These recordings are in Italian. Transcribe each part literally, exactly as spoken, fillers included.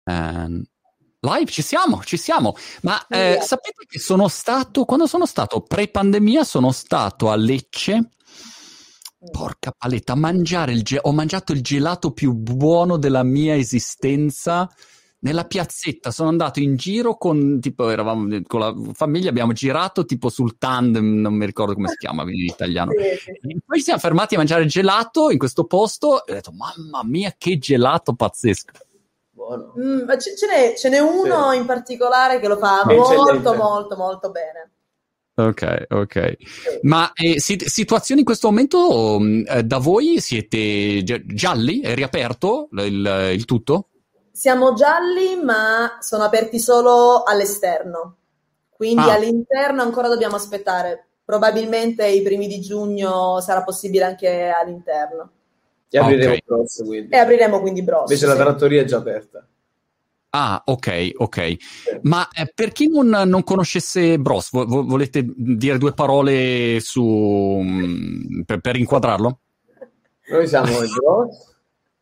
Uh, live, ci siamo, ci siamo. Ma eh, sapete che sono stato, quando sono stato pre-pandemia, sono stato a Lecce, porca paletta, a mangiare il ge- ho mangiato il gelato più buono della mia esistenza nella piazzetta. Sono andato in giro con, tipo, eravamo con la famiglia, abbiamo girato tipo sul tandem, non mi ricordo come si chiama in italiano. Sì, sì, sì. E poi ci siamo fermati a mangiare gelato in questo posto e ho detto, mamma mia, che gelato pazzesco. Buono. Mm, ma ce, ce, n'è, ce n'è uno sì. in particolare che lo fa no, molto, molto, molto bene. Ok, ok. Ma eh, situazioni in questo momento eh, da voi siete gialli? È riaperto il, il tutto? Siamo gialli, ma sono aperti solo all'esterno. Quindi ah. all'interno ancora dobbiamo aspettare. Probabilmente i primi di giugno sarà possibile anche all'interno. E apriremo okay. Bros, quindi. E apriremo quindi Bros. Invece sì. La trattoria è già aperta. Ah, ok, ok. Ma eh, per chi non, non conoscesse Bros, vo- volete dire due parole su mh, per, per inquadrarlo? Noi siamo i Bros.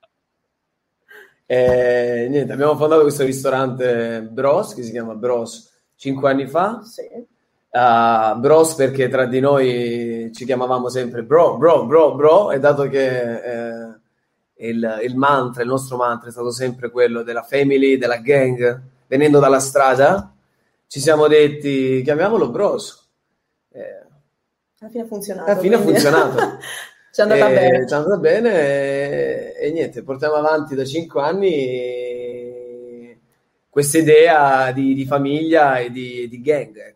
E niente, abbiamo fondato questo ristorante Bros, che si chiama Bros, cinque anni fa. Sì. Uh, Bros perché tra di noi ci chiamavamo sempre bro, bro, bro, bro, e dato che... Eh, Il, il mantra, il nostro mantra è stato sempre quello della family, della gang, venendo dalla strada, ci siamo detti chiamiamolo Bros. Eh, alla fine ha funzionato. Alla fine quindi... ha funzionato. Ci è andata e, bene. Ci è andata bene e, e niente, portiamo avanti da cinque anni questa idea di, di famiglia e di, di gang, ecco.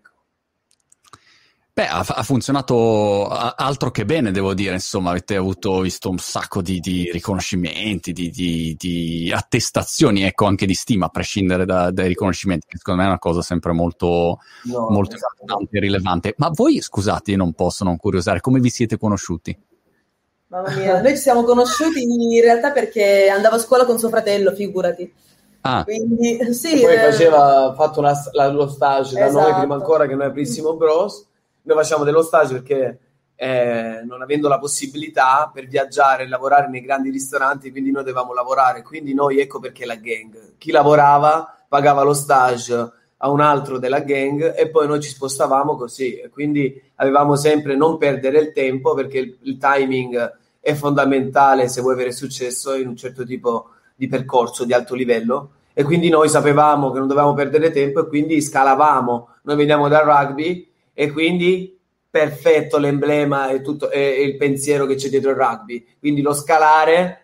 Beh, ha, ha funzionato altro che bene, devo dire, insomma, avete avuto, visto un sacco di, di riconoscimenti, di, di, di attestazioni, ecco, anche di stima, a prescindere da, dai riconoscimenti, che secondo me è una cosa sempre molto, no, molto esatto. importante e rilevante. Ma voi, scusate, non posso non curiosare, come vi siete conosciuti? Mamma mia, noi ci siamo conosciuti in realtà perché andavo a scuola con suo fratello, figurati. Ah. Quindi, sì, poi eh... faceva ha fatto una, la, lo stage da esatto. noi prima ancora che noi aprissimo Bros. Noi facciamo dello stage perché eh, non avendo la possibilità per viaggiare e lavorare nei grandi ristoranti, quindi noi dovevamo lavorare, quindi noi ecco perché la gang, chi lavorava pagava lo stage a un altro della gang e poi noi ci spostavamo così, e quindi avevamo sempre non perdere il tempo perché il, il timing è fondamentale se vuoi avere successo in un certo tipo di percorso di alto livello, e quindi noi sapevamo che non dovevamo perdere tempo e quindi scalavamo. Noi veniamo dal rugby e quindi perfetto l'emblema e tutto e, e il pensiero che c'è dietro il rugby, quindi lo scalare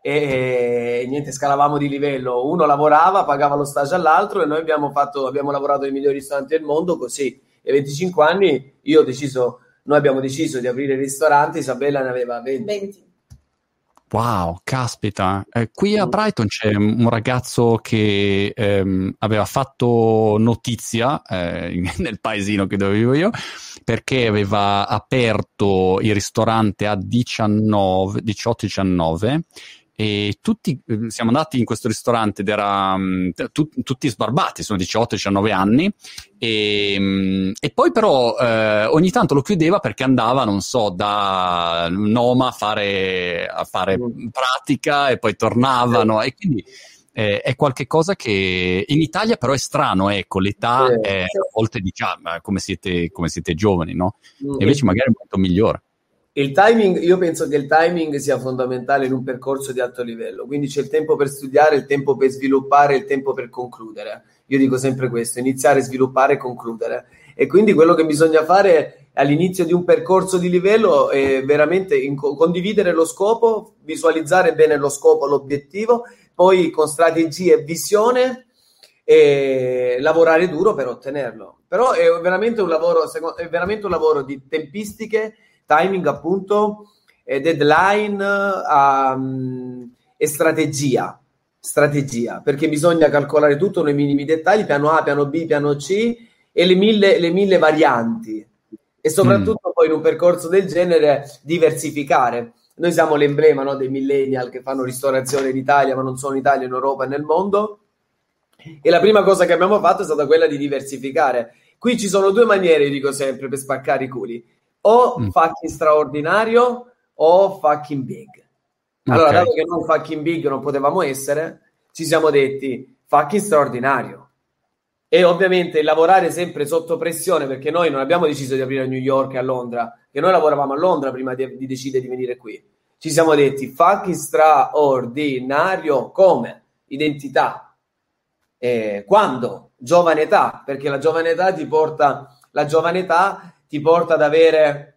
e, e niente, scalavamo di livello, uno lavorava, pagava lo stage all'altro e noi abbiamo fatto abbiamo lavorato nei migliori ristoranti del mondo così. E venticinque anni io ho deciso noi abbiamo deciso di aprire il ristorante, Isabella ne aveva venti. venti. Wow, caspita. Eh, qui a Brighton c'è un ragazzo che ehm, aveva fatto notizia eh, nel paesino che dove vivo io, perché aveva aperto il ristorante a diciannove, diciotto diciannove e tutti siamo andati in questo ristorante ed era um, tu, tutti sbarbati, sono diciotto diciannove anni e, um, e poi però eh, ogni tanto lo chiudeva perché andava, non so, da Noma a fare, a fare mm. pratica e poi tornavano e quindi eh, è qualche cosa che in Italia però è strano, ecco, l'età sì, è sì. a volte diciamo come siete, come siete giovani, no? Mm. E invece magari è molto migliore. Il timing, io penso che il timing sia fondamentale in un percorso di alto livello, quindi c'è il tempo per studiare, il tempo per sviluppare, il tempo per concludere. Io dico sempre questo, iniziare, sviluppare e concludere. E quindi quello che bisogna fare all'inizio di un percorso di livello è veramente in- condividere lo scopo, visualizzare bene lo scopo, l'obiettivo, poi con strategie e visione e lavorare duro per ottenerlo. Però è veramente un lavoro, è veramente un lavoro di tempistiche, timing appunto, eh, deadline um, e strategia strategia perché bisogna calcolare tutto nei minimi dettagli, piano A, piano B, piano C e le mille, le mille varianti e soprattutto mm. poi in un percorso del genere diversificare. Noi siamo l'emblema, no, dei millennial che fanno ristorazione in Italia ma non solo in Italia, in Europa e nel mondo, e la prima cosa che abbiamo fatto è stata quella di diversificare. Qui ci sono due maniere, io dico sempre, per spaccare i culi: o mm. fucking straordinario o fucking big. Allora, okay. Dato che non fucking big non potevamo essere, ci siamo detti fucking straordinario. E ovviamente lavorare sempre sotto pressione, perché noi non abbiamo deciso di aprire a New York e a Londra, che noi lavoravamo a Londra prima di, di decidere di venire qui. Ci siamo detti fucking straordinario come identità. Eh, quando? Giovane età, perché la giovane età ti porta, la giovane età ti porta ad avere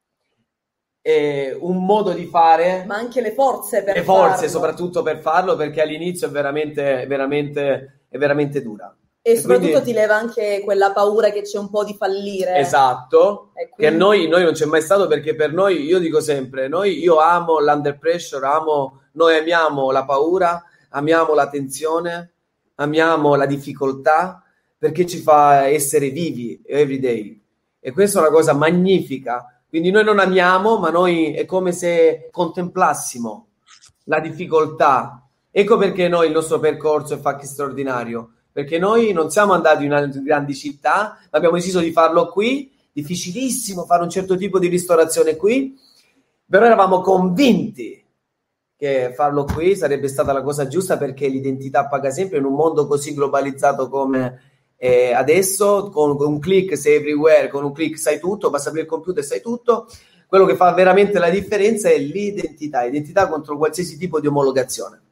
eh, un modo di fare, ma anche le forze per le forze farlo. soprattutto per farlo, perché all'inizio è veramente, veramente, è veramente dura. E, e soprattutto quindi, ti leva anche quella paura che c'è un po' di fallire. Esatto, quindi... che a noi, noi non c'è mai stato, perché per noi, io dico sempre, noi, io amo l'under pressure, amo, noi amiamo la paura, amiamo la tensione, amiamo la difficoltà, perché ci fa essere vivi every day. E questa è una cosa magnifica. Quindi noi non amiamo, ma noi è come se contemplassimo la difficoltà. Ecco perché noi il nostro percorso è fucking straordinario, perché noi non siamo andati in grandi città, ma abbiamo deciso di farlo qui, difficilissimo fare un certo tipo di ristorazione qui, però eravamo convinti che farlo qui sarebbe stata la cosa giusta, perché l'identità paga sempre in un mondo così globalizzato come eh, adesso, con, con un click sei everywhere, con un click sai tutto, basta aprire il computer e sai tutto. Quello che fa veramente la differenza è l'identità, identità contro qualsiasi tipo di omologazione.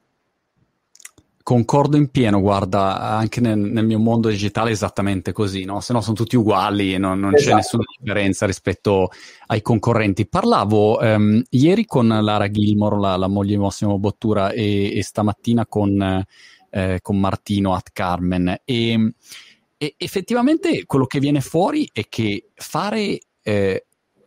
Concordo in pieno, guarda, anche nel, nel mio mondo digitale è esattamente così, no? Se no sono tutti uguali e non, non esatto. C'è nessuna differenza rispetto ai concorrenti. Parlavo ehm, ieri con Lara Gilmore, la, la moglie di Massimo Bottura, e, e stamattina con, eh, con Martino at Carmen, e, e effettivamente quello che viene fuori è che fare eh,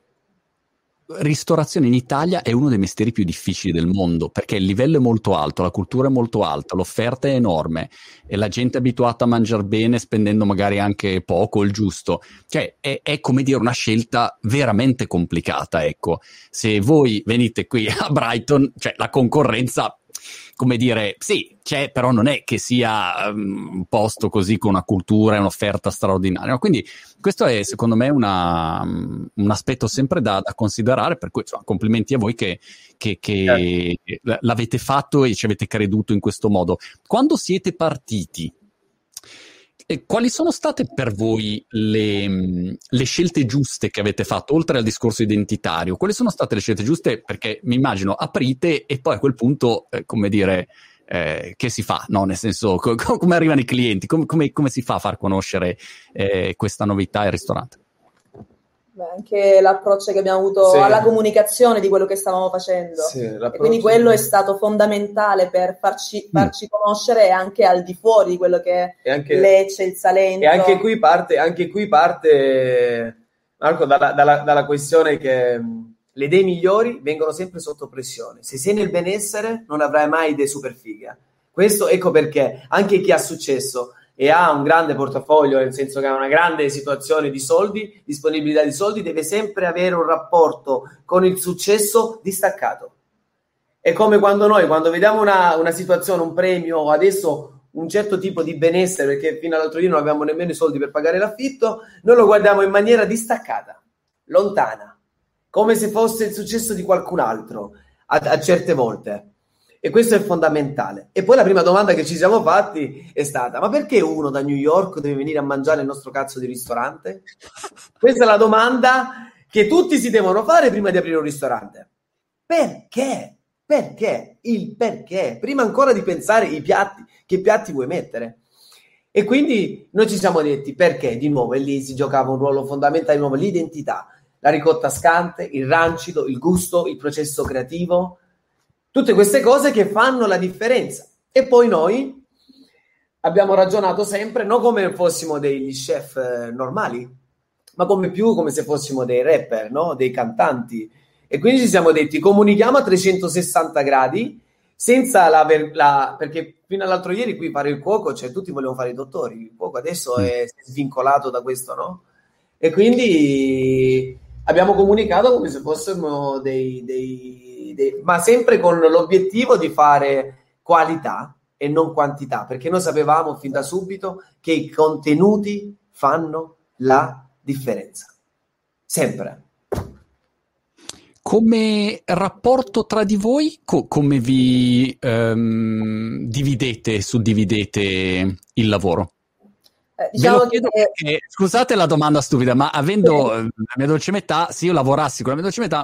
ristorazione in Italia è uno dei mestieri più difficili del mondo, perché il livello è molto alto, la cultura è molto alta, l'offerta è enorme e la gente è abituata a mangiare bene spendendo magari anche poco, il giusto. Cioè è, è come dire una scelta veramente complicata, ecco. Se voi venite qui a Brighton, cioè la concorrenza, come dire, sì, c'è, però non è che sia um, un posto così con una cultura e un'offerta straordinaria. Quindi questo è, secondo me, una, um, un aspetto sempre da, da considerare, per cui insomma, complimenti a voi che, che, che certo. l'avete fatto e ci avete creduto in questo modo. Quando siete partiti, eh, quali sono state per voi le, le scelte giuste che avete fatto, oltre al discorso identitario? Quali sono state le scelte giuste? Perché mi immagino aprite e poi a quel punto, eh, come dire, eh, che si fa? No, nel senso, co- come arrivano i clienti? Com- come, come si fa a far conoscere eh, questa novità al ristorante? Beh, anche l'approccio che abbiamo avuto sì. alla comunicazione di quello che stavamo facendo. Sì, e quindi quello è stato fondamentale per farci, farci mm. conoscere anche al di fuori di quello che è anche, Lecce, il Salento. E anche qui parte, anche qui parte Marco, dalla, dalla, dalla questione che le idee migliori vengono sempre sotto pressione. Se sei nel benessere non avrai mai idee super fighe. Questo ecco perché anche chi ha successo e ha un grande portafoglio, nel senso che ha una grande situazione di soldi, disponibilità di soldi, deve sempre avere un rapporto con il successo distaccato. È come quando noi, quando vediamo una, una situazione, un premio, adesso un certo tipo di benessere, perché fino all'altro giorno non avevamo nemmeno i soldi per pagare l'affitto, noi lo guardiamo in maniera distaccata, lontana, come se fosse il successo di qualcun altro, a, a certe volte. E questo è fondamentale. E poi la prima domanda che ci siamo fatti è stata: ma perché uno da New York deve venire a mangiare il nostro cazzo di ristorante? Questa è la domanda che tutti si devono fare prima di aprire un ristorante. Perché? Perché? Il perché? Prima ancora di pensare i piatti, che piatti vuoi mettere. E quindi noi ci siamo detti perché, di nuovo, e lì si giocava un ruolo fondamentale, di nuovo l'identità, la ricotta scante, il rancido, il gusto, il processo creativo. Tutte queste cose che fanno la differenza. E poi noi abbiamo ragionato sempre non come fossimo degli chef eh, normali, ma come più come se fossimo dei rapper, no? Dei cantanti. E quindi ci siamo detti comunichiamo a trecentosessanta gradi senza la, la perché fino all'altro ieri qui fare il cuoco, cioè tutti volevano fare i dottori, il cuoco adesso è svincolato da questo, no? E quindi abbiamo comunicato come se fossimo dei, dei, dei ma sempre con l'obiettivo di fare qualità e non quantità, perché noi sapevamo fin da subito che i contenuti fanno la differenza. Sempre. come rapporto tra di voi, co- come vi um, dividete, suddividete il lavoro? Eh, diciamo Ve lo chiedo che... perché, scusate la domanda stupida, ma avendo eh, la mia dolce metà, se io lavorassi con la mia dolce metà,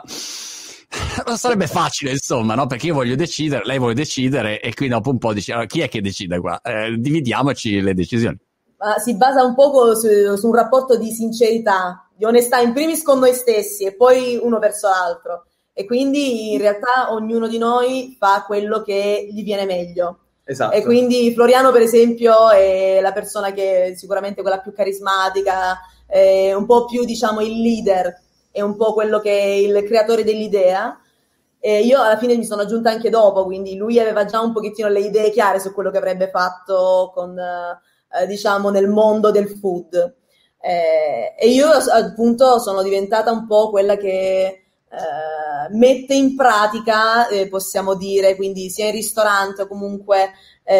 non sarebbe facile, insomma, no? Perché io voglio decidere, lei vuole decidere, e qui dopo un po' dici, allora, chi è che decide qua? Eh, dividiamoci le decisioni. Ma si basa un poco su, su un rapporto di sincerità, di onestà, in primis con noi stessi e poi uno verso l'altro. E quindi in realtà ognuno di noi fa quello che gli viene meglio. Esatto. E quindi Floriano, per esempio, è la persona che è sicuramente quella più carismatica, è un po' più, diciamo, il leader, è un po' quello che è il creatore dell'idea. E io alla fine mi sono aggiunta anche dopo, quindi lui aveva già un pochettino le idee chiare su quello che avrebbe fatto con, eh, diciamo, nel mondo del food. Eh, e io appunto sono diventata un po' quella che eh, mette in pratica, eh, possiamo dire, quindi sia in ristorante o comunque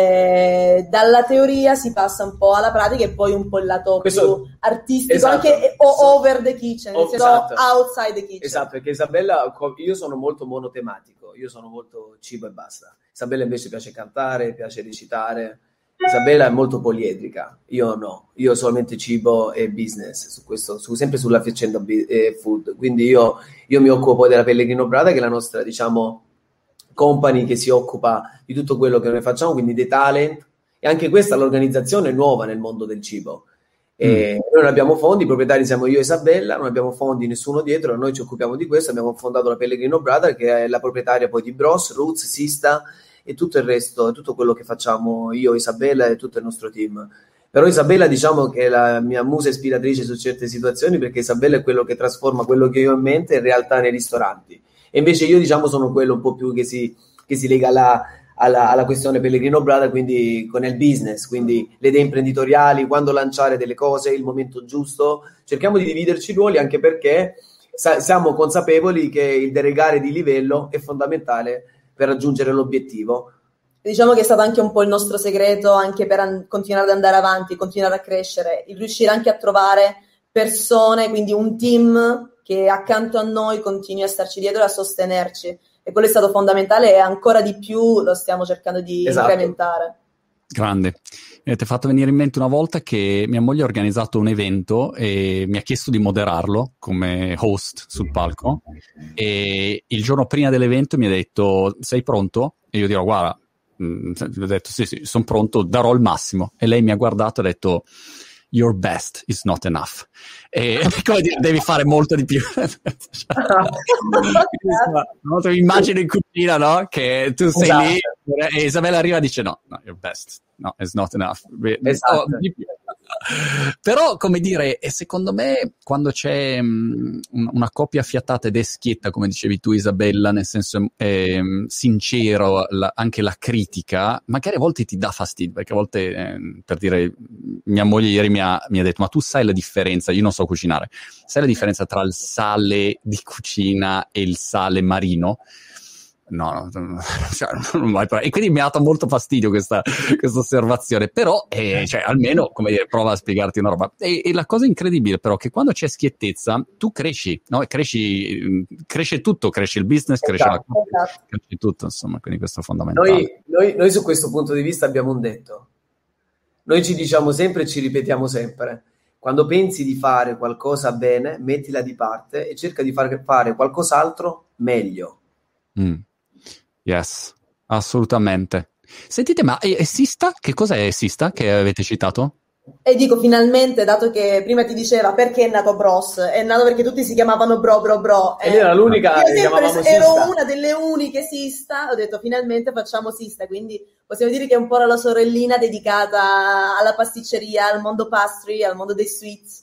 eh, dalla teoria si passa un po' alla pratica e poi un po' il lato Questo, più artistico, esatto, anche o, over the kitchen, nel oh, senso esatto. outside the kitchen. Esatto, perché Isabella, io sono molto monotematico, io sono molto cibo e basta. Isabella invece piace cantare, piace recitare. Isabella è molto poliedrica, io no, io solamente cibo e business, su questo, su, sempre sulla faccenda eh, food, quindi io, io mi occupo della Pellegrino Prada, che è la nostra, diciamo, company che si occupa di tutto quello che noi facciamo, quindi dei talent, e anche questa l'organizzazione è nuova nel mondo del cibo. E mm. Noi non abbiamo fondi, i proprietari siamo io e Isabella, non abbiamo fondi, nessuno dietro, noi ci occupiamo di questo, abbiamo fondato la Pellegrino Prada, che è la proprietaria poi di Bros, Roots, Sista, e tutto il resto, tutto quello che facciamo io, Isabella e tutto il nostro team. Però Isabella, diciamo che è la mia musa ispiratrice su certe situazioni, perché Isabella è quello che trasforma quello che io ho in mente in realtà nei ristoranti, e invece io, diciamo, sono quello un po' più che si, che si lega alla, alla, alla questione Pellegrino Prada, quindi con il business, quindi le idee imprenditoriali, quando lanciare delle cose, il momento giusto. Cerchiamo di dividerci i ruoli, anche perché sa- siamo consapevoli che il delegare di livello è fondamentale per raggiungere l'obiettivo. Diciamo che è stato anche un po' il nostro segreto, anche per an- continuare ad andare avanti, continuare a crescere, il riuscire anche a trovare persone, quindi un team che accanto a noi continui a starci dietro e a sostenerci. E quello è stato fondamentale, e ancora di più lo stiamo cercando di esatto. incrementare. Grande. Mi avete fatto venire in mente una volta che mia moglie ha organizzato un evento e mi ha chiesto di moderarlo come host sul palco, e il giorno prima dell'evento mi ha detto: sei pronto? E io dirò: guarda, mh, ho detto sì sì, sono pronto, darò il massimo. E lei mi ha guardato e ha detto: your best is not enough. E come dire, devi fare molto di più. No, tu immagini in cucina, no? Che tu sei esatto. lì e Isabella arriva e dice: no, no, your best, no, it's not enough. Esatto. No, di più. Però, come dire, secondo me quando c'è um, una coppia affiatata ed è schietta, come dicevi tu, Isabella, nel senso eh, sincero, la, anche la critica magari a volte ti dà fastidio, perché a volte eh, per dire, mia moglie ieri mi ha, mi ha detto: ma tu sai la differenza, io non so cucinare, sai la differenza tra il sale di cucina e il sale marino? No, no, cioè, non mai. E quindi mi ha dato molto fastidio questa, questa osservazione, però eh, cioè, almeno, come dire, prova a spiegarti una roba. E, e la cosa incredibile però è che quando c'è schiettezza tu cresci, no? E cresci, cresce tutto, cresce il business, cresce esatto, la cosa, esatto. cresce tutto, insomma, quindi questo è fondamentale. Noi, noi, noi su questo punto di vista abbiamo un detto, noi ci diciamo sempre e ci ripetiamo sempre: quando pensi di fare qualcosa bene, mettila di parte e cerca di fare, fare qualcos'altro meglio. Mm. Yes, assolutamente. Sentite, ma è, è Sista? Che cos'è Sista che avete citato? E dico finalmente, dato che prima ti diceva perché è nato Bros, è nato perché tutti si chiamavano Bro Bro Bro. Ed eh, era l'unica che chiamavamo Sista. Ero una delle uniche Sista, ho detto finalmente facciamo Sista, quindi possiamo dire che è un po' la sorellina dedicata alla pasticceria, al mondo pastry, al mondo dei sweets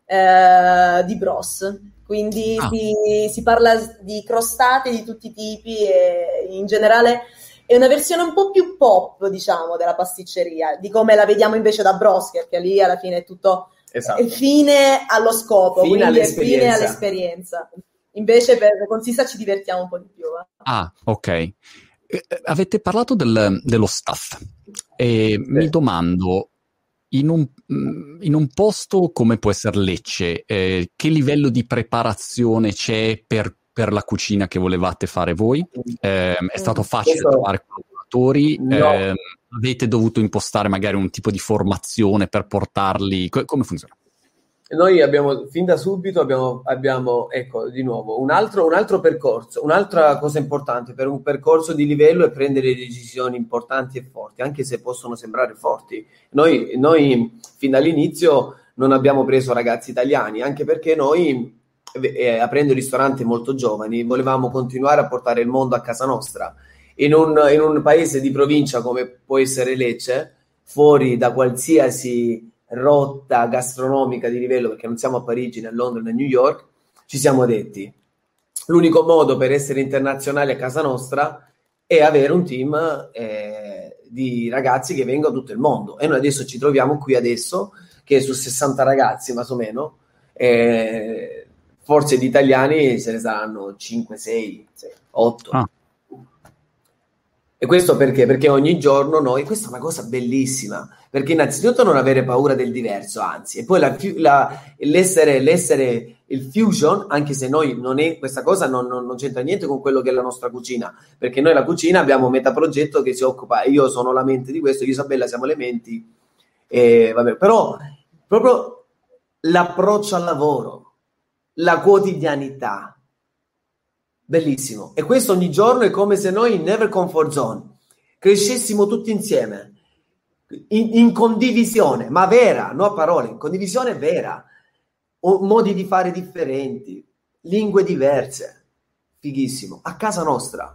eh, di Bros. Quindi ah. si, si parla di crostate di tutti i tipi e in generale è una versione un po' più pop, diciamo, della pasticceria, di come la vediamo invece da Bros, perché lì alla fine è tutto esatto. è fine allo scopo, fine quindi è fine all'esperienza. Invece per con Sista ci divertiamo un po' di più. Eh? Ah, ok. Eh, avete parlato del, dello staff e sì. mi domando, in un, in un posto come può essere Lecce, eh, che livello di preparazione c'è per per la cucina che volevate fare voi? Eh, è stato facile Questo... trovare collaboratori? No. Eh, avete dovuto impostare magari un tipo di formazione per portarli? Co- come funziona? Noi abbiamo, fin da subito, abbiamo, abbiamo ecco, di nuovo, un altro, un altro percorso. Un'altra cosa importante per un percorso di livello è prendere decisioni importanti e forti, anche se possono sembrare forti. Noi, noi fin dall'inizio non abbiamo preso ragazzi italiani, anche perché noi, eh, aprendo ristoranti molto giovani, volevamo continuare a portare il mondo a casa nostra. In un, in un paese di provincia come può essere Lecce, fuori da qualsiasi rotta gastronomica di livello, perché non siamo a Parigi, né a Londra, né a New York, ci siamo detti l'unico modo per essere internazionali a casa nostra è avere un team eh, di ragazzi che vengono da tutto il mondo, e noi adesso ci troviamo qui adesso che su sessanta ragazzi más o meno, eh, forse di italiani se ne saranno cinque, sei, otto. Ah. E questo perché? Perché ogni giorno noi, questa è una cosa bellissima, perché innanzitutto non avere paura del diverso, anzi, e poi la, la, l'essere, l'essere il fusion, anche se noi non è, questa cosa non, non, non c'entra niente con quello che è la nostra cucina, perché noi la cucina abbiamo metà progetto che si occupa, io sono la mente di questo, io e Isabella siamo le menti, e vabbè, però proprio l'approccio al lavoro, la quotidianità, bellissimo. E questo ogni giorno è come se noi in never comfort zone crescessimo tutti insieme, in, in condivisione, ma vera, non a parole, in condivisione vera, o modi di fare differenti, lingue diverse, fighissimo, a casa nostra.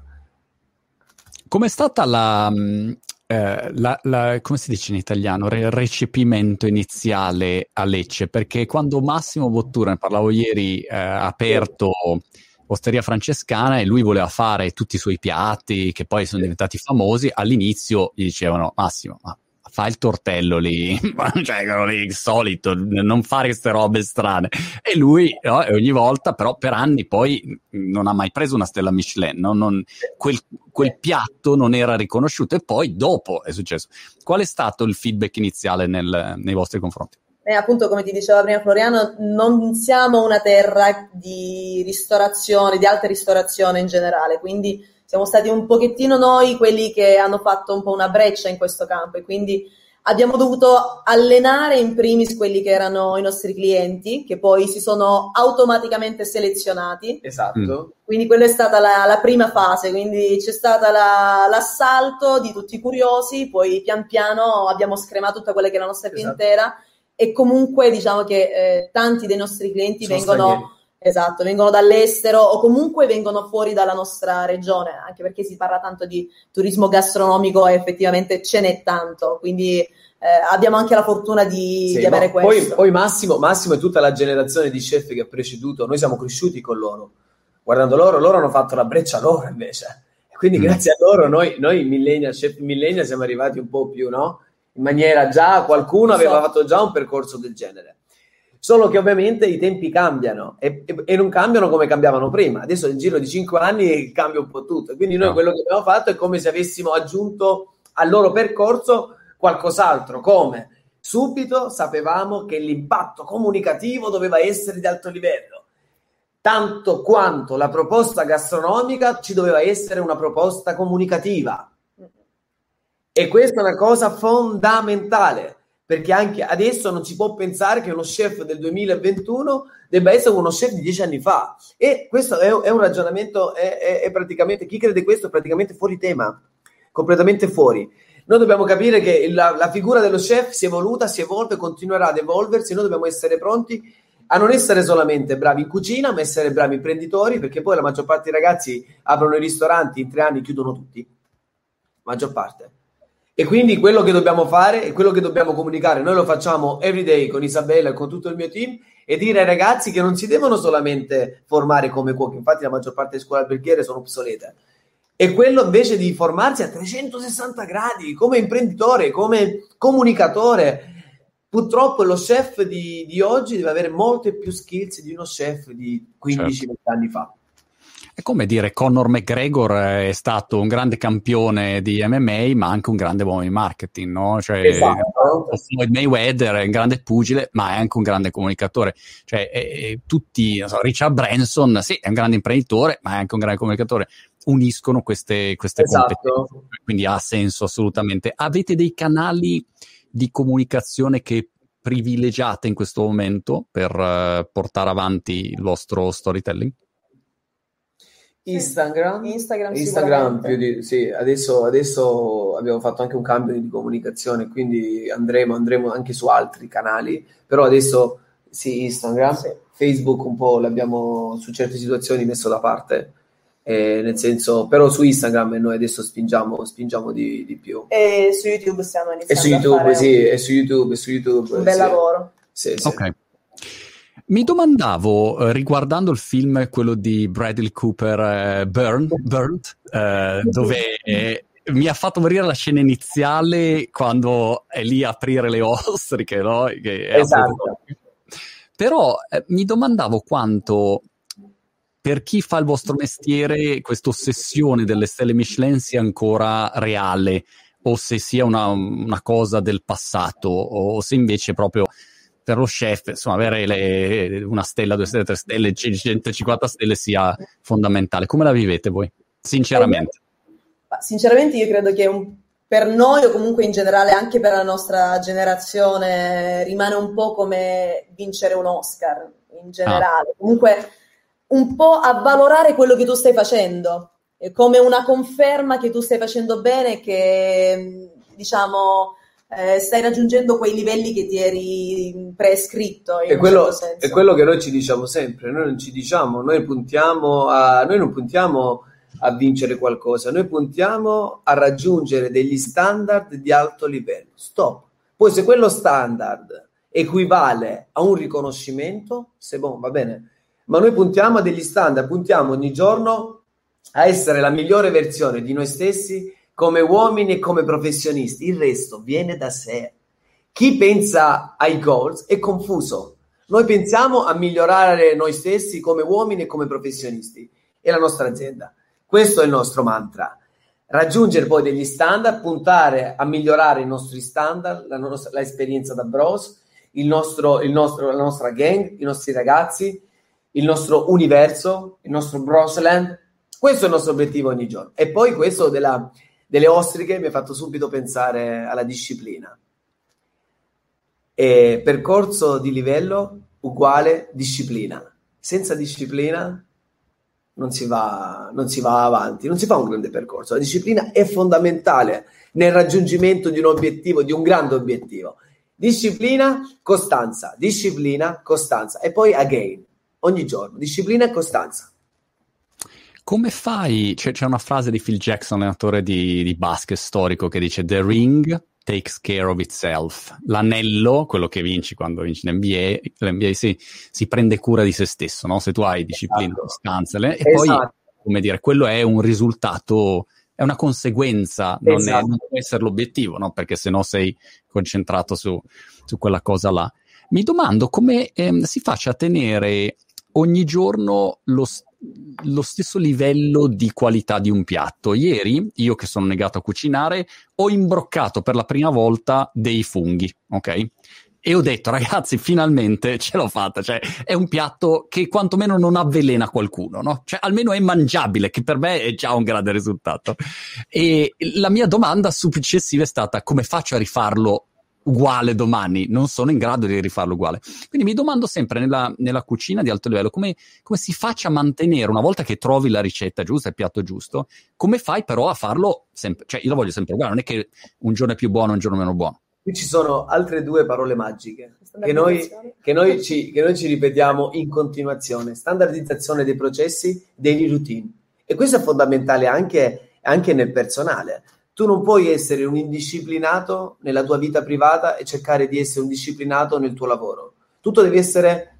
Com'è stata la, eh, la, la come si dice in italiano, il recepimento iniziale a Lecce? Perché quando Massimo Bottura, ne parlavo ieri, eh, ha aperto Osteria Francescana e lui voleva fare tutti i suoi piatti che poi sono diventati famosi, all'inizio gli dicevano: Massimo, ma fa il tortello lì, cioè lì il solito, non fare queste robe strane. E lui, no, ogni volta, però per anni poi non ha mai preso una stella Michelin, no? non, quel, quel piatto non era riconosciuto, e poi dopo è successo. Qual è stato il feedback iniziale nel, nei vostri confronti? Eh, appunto, come ti diceva prima Floriano, non siamo una terra di ristorazione, di alta ristorazione in generale, quindi siamo stati un pochettino noi quelli che hanno fatto un po' una breccia in questo campo, e quindi abbiamo dovuto allenare in primis quelli che erano i nostri clienti, che poi si sono automaticamente selezionati. Esatto. Mm. Quindi quella è stata la, la prima fase, quindi c'è stato la, l'assalto di tutti i curiosi, poi pian piano abbiamo scremato tutta quella che è la nostra clientela. Esatto. E comunque diciamo che eh, tanti dei nostri clienti sono vengono, esatto, vengono dall'estero o comunque vengono fuori dalla nostra regione, anche perché si parla tanto di turismo gastronomico e effettivamente ce n'è tanto, quindi eh, abbiamo anche la fortuna di, sì, di avere questo. Poi, poi Massimo, Massimo e tutta la generazione di chef che ha preceduto, noi siamo cresciuti con loro, guardando loro, loro hanno fatto la breccia loro invece, quindi mm. grazie a loro noi, noi millennial, chef millennial siamo arrivati un po' più, no? In maniera già, qualcuno aveva fatto già un percorso del genere, solo che ovviamente i tempi cambiano e, e, e non cambiano come cambiavano prima. Adesso nel giro di cinque anni cambia un po' tutto, quindi noi no. quello che abbiamo fatto è come se avessimo aggiunto al loro percorso qualcos'altro. Come? Subito sapevamo che l'impatto comunicativo doveva essere di alto livello, tanto quanto la proposta gastronomica ci doveva essere una proposta comunicativa. E questa è una cosa fondamentale, perché anche adesso non si può pensare che uno chef del duemilaventuno debba essere uno chef di dieci anni fa. E questo è, è un ragionamento, è, è, è praticamente, chi crede questo è praticamente fuori tema, completamente fuori. Noi dobbiamo capire che la, la figura dello chef si è evoluta, si evolve, continuerà ad evolversi, e noi dobbiamo essere pronti a non essere solamente bravi in cucina, ma essere bravi imprenditori, perché poi la maggior parte dei ragazzi aprono i ristoranti, in tre anni chiudono tutti, maggior parte. E quindi quello che dobbiamo fare e quello che dobbiamo comunicare, noi lo facciamo every day con Isabella e con tutto il mio team, e dire ai ragazzi che non si devono solamente formare come cuochi, infatti la maggior parte delle scuole alberghiere sono obsolete, e quello invece di formarsi a trecentosessanta gradi come imprenditore, come comunicatore. Purtroppo lo chef di, di oggi deve avere molte più skills di uno chef di quindici venti certo. anni fa. È come dire Conor McGregor è stato un grande campione di M M A, ma anche un grande uomo di marketing, no? Cioè, esatto. Floyd Mayweather è un grande pugile, ma è anche un grande comunicatore. Cioè, eh, tutti, non so, Richard Branson, sì, è un grande imprenditore, ma è anche un grande comunicatore. Uniscono queste, queste esatto. competenze, quindi ha senso assolutamente. Avete dei canali di comunicazione che privilegiate in questo momento per uh, portare avanti il vostro storytelling? Instagram, Instagram, Instagram più di, sì, adesso, adesso abbiamo fatto anche un cambio di comunicazione, quindi andremo, andremo anche su altri canali, però adesso sì, Instagram, sì. Facebook un po' l'abbiamo su certe situazioni messo da parte, eh, nel senso, però su Instagram noi adesso spingiamo, spingiamo di, di più. E su YouTube stiamo iniziando e su YouTube, a fare sì, un, e su YouTube, e su YouTube, un bel sì. lavoro. Sì, sì. Ok. Mi domandavo, eh, riguardando il film, quello di Bradley Cooper, eh, Burn, Burnt, eh, dove eh, mi ha fatto morire la scena iniziale quando è lì a aprire le ostriche, no? Che è esatto. Però eh, mi domandavo quanto, per chi fa il vostro mestiere, questa ossessione delle stelle Michelin sia ancora reale, o se sia una, una cosa del passato, o se invece proprio per lo chef, insomma, avere le, una stella, due stelle, tre stelle, centocinquanta stelle sia fondamentale. Come la vivete voi? Sinceramente. Eh, sinceramente io credo che un, per noi, o comunque in generale anche per la nostra generazione, rimane un po' come vincere un Oscar, in generale. Ah. Comunque un po' avvalorare quello che tu stai facendo, è come una conferma che tu stai facendo bene, che diciamo... Eh, stai raggiungendo quei livelli che ti eri prescritto in è, un quello, certo senso. È quello che noi ci diciamo sempre, noi non ci diciamo, noi puntiamo a, noi non puntiamo a vincere qualcosa, noi puntiamo a raggiungere degli standard di alto livello, stop. Poi se quello standard equivale a un riconoscimento, se bon, va bene, ma noi puntiamo a degli standard, puntiamo ogni giorno a essere la migliore versione di noi stessi, come uomini e come professionisti. Il resto viene da sé. Chi pensa ai goals è confuso. Noi pensiamo a migliorare noi stessi come uomini e come professionisti e la nostra azienda. Questo è il nostro mantra. Raggiungere poi degli standard, puntare a migliorare i nostri standard, la nostra la esperienza da bros, il nostro, il nostro, la nostra gang, i nostri ragazzi, il nostro universo, il nostro brosland. Questo è il nostro obiettivo ogni giorno. E poi questo della delle ostriche mi ha fatto subito pensare alla disciplina. E percorso di livello uguale disciplina. Senza disciplina non si va, non si va avanti, non si fa un grande percorso. La disciplina è fondamentale nel raggiungimento di un obiettivo, di un grande obiettivo. Disciplina, costanza, disciplina, costanza e poi again, ogni giorno, disciplina e costanza. Come fai? C'è, c'è una frase di Phil Jackson, allenatore di, di basket storico, che dice: "The ring takes care of itself." L'anello, quello che vinci quando vinci l'N B A, l'N B A si, si prende cura di se stesso, no? Se tu hai disciplina, esatto. Costanza, e esatto. Poi, come dire, quello è un risultato, è una conseguenza, non, esatto. è, non può essere l'obiettivo, no? Perché sennò sei concentrato su, su quella cosa là. Mi domando come ehm, si faccia a tenere ogni giorno lo lo stesso livello di qualità di un piatto. Ieri, io che sono negato a cucinare, ho imbroccato per la prima volta dei funghi, ok? E ho detto, ragazzi, finalmente ce l'ho fatta, cioè è un piatto che quantomeno non avvelena qualcuno, no? Cioè almeno è mangiabile, che per me è già un grande risultato. E la mia domanda successiva è stata: come faccio a rifarlo uguale domani? Non sono in grado di rifarlo uguale. Quindi mi domando sempre nella, nella cucina di alto livello come, come si faccia a mantenere, una volta che trovi la ricetta giusta, il piatto giusto, come fai però a farlo sempre, cioè io lo voglio sempre uguale, non è che un giorno è più buono, un giorno meno buono. Qui ci sono altre due parole magiche che noi, che noi, ci, che noi ci ripetiamo in continuazione: standardizzazione dei processi, daily routine. E questo è fondamentale anche, anche nel personale. Tu non puoi essere un indisciplinato nella tua vita privata e cercare di essere un disciplinato nel tuo lavoro. Tutto deve essere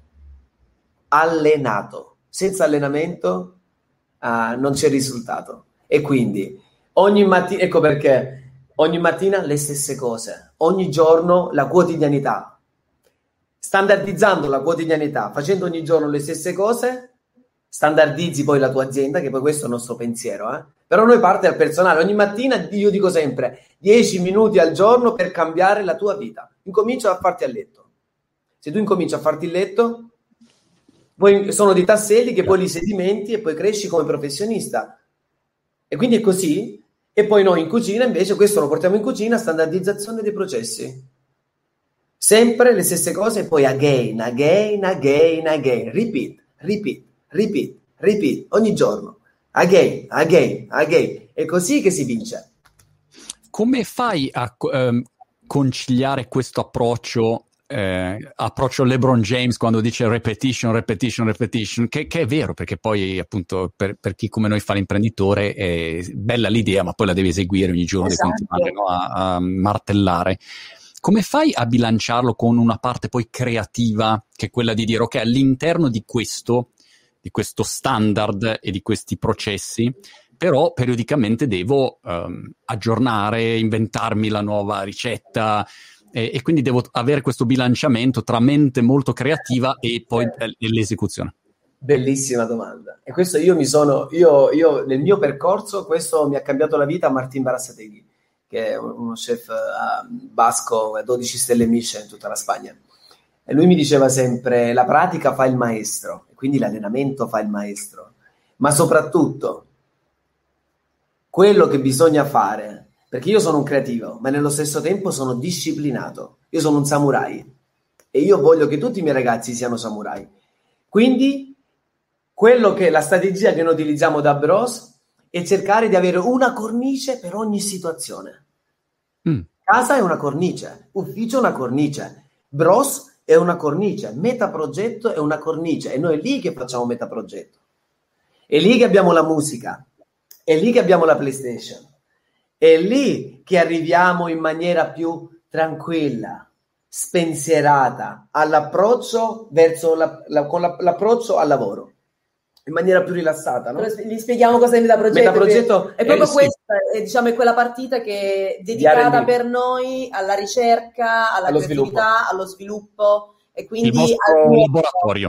allenato. Senza allenamento uh, non c'è risultato. E quindi ogni mattina, ecco perché ogni mattina le stesse cose, ogni giorno la quotidianità. Standardizzando la quotidianità, facendo ogni giorno le stesse cose, standardizzi poi la tua azienda, che poi questo è il nostro pensiero, eh? Però noi parte dal personale. Ogni mattina io dico sempre dieci minuti al giorno per cambiare la tua vita. Incomincia a farti a letto. Se tu incominci a farti il letto, poi sono dei tasselli che poi li sedimenti e poi cresci come professionista. E quindi è così. E poi noi in cucina invece questo lo portiamo in cucina, standardizzazione dei processi. Sempre le stesse cose e poi again, again, again, again. Repeat, repeat, repeat, repeat, ogni giorno. Again, again, again. È così che si vince. Come fai a ehm, conciliare questo approccio, eh, approccio LeBron James quando dice repetition, repetition, repetition, che, che è vero, perché poi appunto per, per chi come noi fa l'imprenditore è bella l'idea, ma poi la devi eseguire ogni giorno, Esatto. devi continuare, no, a, a martellare. Come fai a bilanciarlo con una parte poi creativa, che è quella di dire ok, all'interno di questo di questo standard e di questi processi, però periodicamente devo um, aggiornare, inventarmi la nuova ricetta e, e quindi devo avere questo bilanciamento tra mente molto creativa e poi eh, l'esecuzione. Bellissima domanda. E questo io mi sono, io, io nel mio percorso, questo mi ha cambiato la vita a Martín Berasategui, che è uno chef uh, basco, dodici stelle Michelin in tutta la Spagna. E lui mi diceva sempre, la pratica fa il maestro, e quindi l'allenamento fa il maestro. Ma soprattutto, quello che bisogna fare, perché io sono un creativo, ma nello stesso tempo sono disciplinato. Io sono un samurai e io voglio che tutti i miei ragazzi siano samurai. Quindi, quello che la strategia che noi utilizziamo da Bros è cercare di avere una cornice per ogni situazione. Mm. Casa è una cornice, ufficio è una cornice, Bros è una cornice, metaprogetto è una cornice, e noi è lì che facciamo metaprogetto. È lì che abbiamo la musica, è lì che abbiamo la PlayStation, è lì che arriviamo in maniera più tranquilla, spensierata all'approccio verso la, la, con la, l'approccio al lavoro. In maniera più rilassata, no? Gli spieghiamo cosa è metaprogetto. Metaprogetto è proprio è, questa, è, diciamo, è quella partita che è dedicata per noi alla ricerca, alla allo creatività, sviluppo. allo sviluppo e quindi il vostro al laboratorio.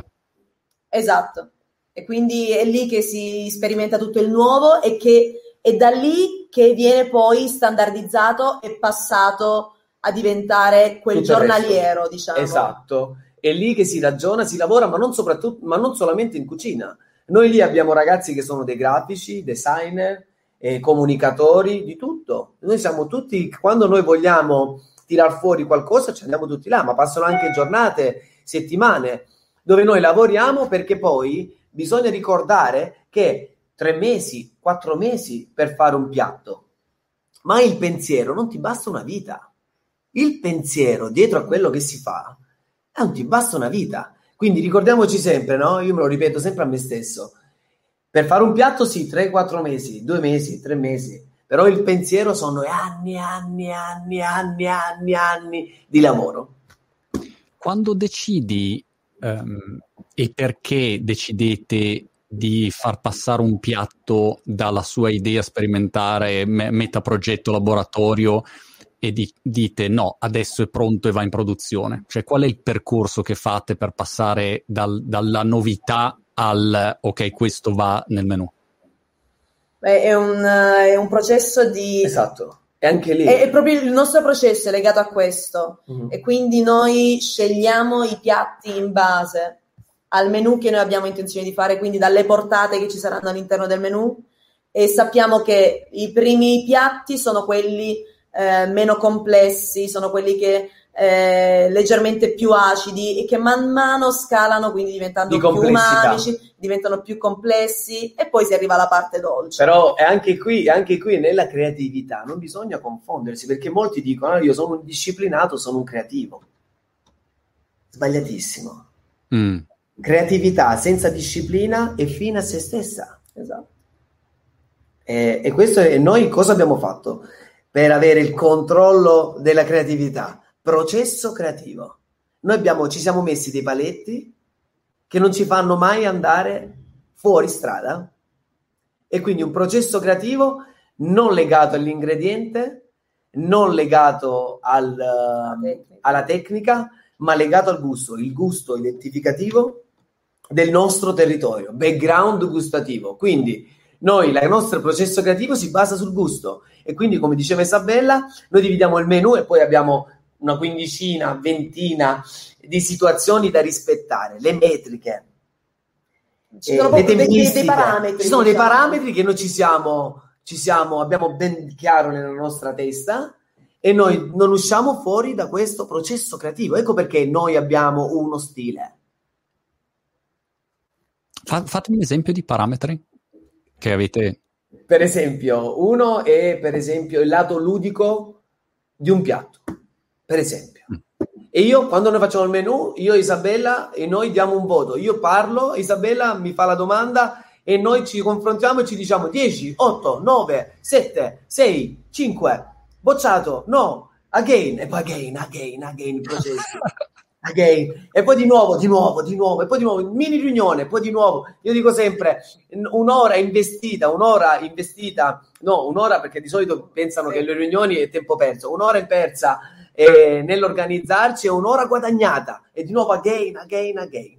Esatto. E quindi è lì che si sperimenta tutto il nuovo e che è da lì che viene poi standardizzato e passato a diventare quel tutto giornaliero, diciamo. Esatto. È lì che si ragiona, si lavora, ma non soprattutto, ma non solamente in cucina. Noi lì abbiamo ragazzi che sono dei grafici, designer, eh, comunicatori, di tutto. Noi siamo tutti, quando noi vogliamo tirar fuori qualcosa, ci andiamo tutti là, ma passano anche giornate, settimane, dove noi lavoriamo, perché poi bisogna ricordare che tre mesi, quattro mesi per fare un piatto, ma il pensiero non ti basta una vita. Il pensiero dietro a quello che si fa eh, non ti basta una vita. Quindi ricordiamoci sempre, no? Io me lo ripeto sempre a me stesso. Per fare un piatto sì, tre quattro mesi, due mesi, tre mesi, però il pensiero sono anni, anni, anni, anni, anni, anni di lavoro. Quando decidi um, e perché decidete di far passare un piatto dalla sua idea sperimentare, me- metaprogetto, laboratorio, e di, dite no, adesso è pronto e va in produzione? Cioè, qual è il percorso che fate per passare dal, dalla novità al ok, questo va nel menù? Beh, è un, è un processo di... Esatto, è anche lì. È, è proprio il nostro processo è legato a questo. Mm-hmm. E quindi noi scegliamo i piatti in base al menù che noi abbiamo intenzione di fare, quindi dalle portate che ci saranno all'interno del menù, e sappiamo che i primi piatti sono quelli Eh, meno complessi, sono quelli che eh, leggermente più acidi e che man mano scalano, quindi diventando più umanici, diventano più complessi, e poi si arriva alla parte dolce. Però è anche qui, anche qui nella creatività non bisogna confondersi, perché molti dicono ah, io sono un disciplinato, sono un creativo. Sbagliatissimo. Mm. Creatività senza disciplina è fine a se stessa. Esatto. E, e questo è, noi cosa abbiamo fatto? Per avere il controllo della creatività, processo creativo. Noi abbiamo, ci siamo messi dei paletti che non ci fanno mai andare fuori strada, e quindi un processo creativo non legato all'ingrediente, non legato al, alla tecnica, ma legato al gusto. Il gusto identificativo del nostro territorio, background gustativo. Quindi noi, il nostro processo creativo si basa sul gusto, e quindi, come diceva Isabella, noi dividiamo il menù e poi abbiamo una quindicina, ventina di situazioni da rispettare, le metriche, ci sono eh, le dei, dei, dei parametri. Ci sono diciamo. dei parametri che noi ci siamo, ci siamo, abbiamo ben chiaro nella nostra testa, e noi non usciamo fuori da questo processo creativo. Ecco perché noi abbiamo uno stile. Fatemi un esempio di parametri che avete. Per esempio, uno è per esempio il lato ludico di un piatto, per esempio. Mm. E io, quando noi facciamo il menù, io e Isabella, e noi diamo un voto. Io parlo, Isabella mi fa la domanda e noi ci confrontiamo e ci diciamo dieci, otto, nove, sette, sei, cinque, bocciato, no, again, e poi again, again, again, il processo. Again. E poi di nuovo, di nuovo, di nuovo, e poi di nuovo, mini riunione, poi di nuovo. Io dico sempre, un'ora investita, un'ora investita, no, un'ora, perché di solito pensano che le riunioni è tempo perso, un'ora è persa eh, nell'organizzarci, è un'ora guadagnata, e di nuovo again, again, again.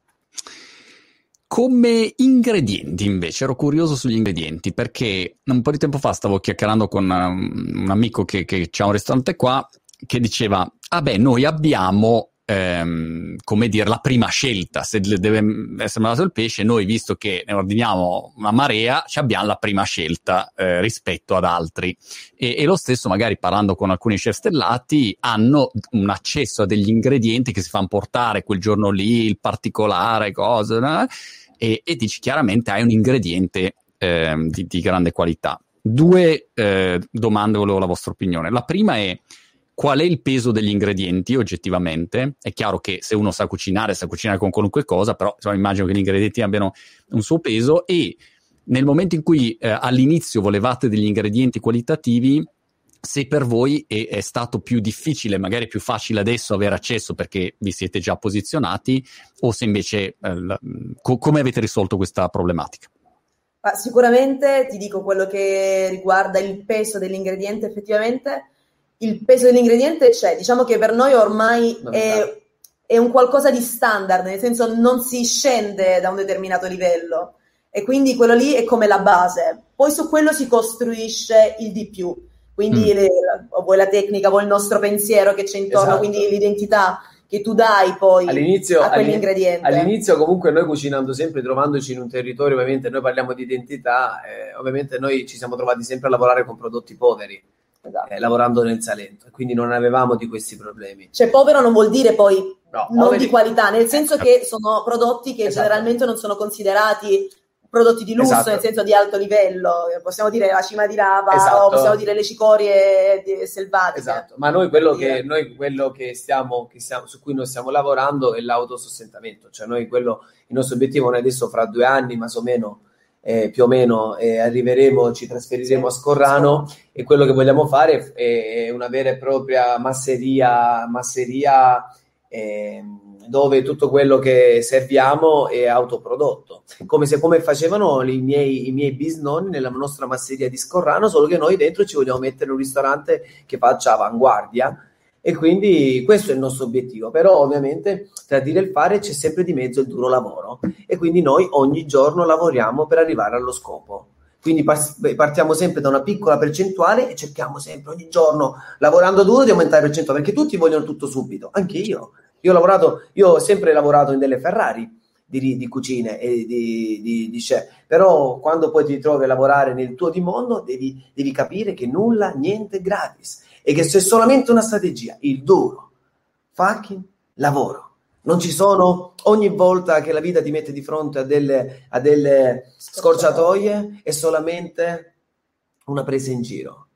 Come ingredienti, invece, ero curioso sugli ingredienti, perché un po' di tempo fa stavo chiacchierando con un, un amico che, che c'ha un ristorante qua, che diceva, ah beh, noi abbiamo Ehm, come dire, la prima scelta, se deve essere mandato il pesce, noi, visto che ne ordiniamo una marea, ci abbiamo la prima scelta eh, rispetto ad altri, e, e lo stesso magari parlando con alcuni chef stellati, hanno un accesso a degli ingredienti che si fanno portare quel giorno lì, il particolare, cose, eh? e, e dici chiaramente hai un ingrediente eh, di, di grande qualità. Due eh, domande, volevo la vostra opinione. La prima è: qual è il peso degli ingredienti oggettivamente? È chiaro che se uno sa cucinare, sa cucinare con qualunque cosa, però insomma, immagino che gli ingredienti abbiano un suo peso, e nel momento in cui eh, all'inizio volevate degli ingredienti qualitativi, se per voi è, è stato più difficile, magari più facile adesso avere accesso perché vi siete già posizionati, o se invece eh, la, co- come avete risolto questa problematica? Ma sicuramente ti dico quello che riguarda il peso dell'ingrediente. Effettivamente il peso dell'ingrediente c'è, diciamo che per noi ormai è, è un qualcosa di standard, nel senso non si scende da un determinato livello, e quindi quello lì è come la base, poi su quello si costruisce il di più, quindi mm. le, vuoi la tecnica, vuoi il nostro pensiero che c'è intorno, esatto. Quindi l'identità che tu dai poi all'inizio, a quell'ingrediente. All'inizio comunque noi, cucinando sempre, trovandoci in un territorio, ovviamente noi parliamo di identità, eh, ovviamente noi ci siamo trovati sempre a lavorare con prodotti poveri. Esatto. Eh, lavorando nel Salento, quindi non avevamo di questi problemi. Cioè povero non vuol dire poi no, non poveri... di qualità, nel senso che sono prodotti che esatto. generalmente non sono considerati prodotti di lusso, esatto. nel senso di alto livello, possiamo dire la cima di lava, esatto. o possiamo dire le cicorie selvatiche. Esatto, ma noi quello che noi quello che stiamo, che stiamo su cui noi stiamo lavorando è l'autosostentamento, cioè noi quello, il nostro obiettivo noi adesso fra due anni más o meno Eh, più o meno eh, arriveremo, ci trasferiremo a Scorrano, e quello che vogliamo fare è, è una vera e propria masseria, masseria eh, dove tutto quello che serviamo è autoprodotto, come se come facevano i miei, i miei bisnonni nella nostra masseria di Scorrano, solo che noi dentro ci vogliamo mettere un ristorante che faccia avanguardia. E quindi questo è il nostro obiettivo, però ovviamente tra dire e il fare c'è sempre di mezzo il duro lavoro, e quindi noi ogni giorno lavoriamo per arrivare allo scopo. Quindi partiamo sempre da una piccola percentuale e cerchiamo sempre ogni giorno, lavorando duro, di aumentare la percentuale, perché tutti vogliono tutto subito, anche io. Io ho lavorato, io ho sempre lavorato in delle Ferrari di, di cucine e di, di, di chef, però quando poi ti trovi a lavorare nel tuo di mondo devi, devi capire che nulla, niente è gratis, e che c'è solamente una strategia, il duro fucking lavoro. Non ci sono, ogni volta che la vita ti mette di fronte a delle, a delle scorciatoie, è solamente una presa in giro.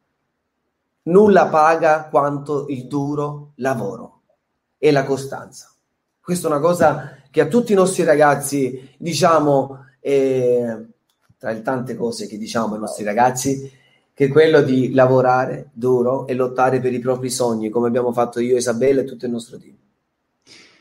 Nulla paga quanto il duro lavoro e la costanza. Questa è una cosa che a tutti i nostri ragazzi diciamo, eh, tra le tante cose che diciamo ai nostri ragazzi, che è quello di lavorare duro e lottare per i propri sogni, come abbiamo fatto io, Isabella e tutto il nostro team.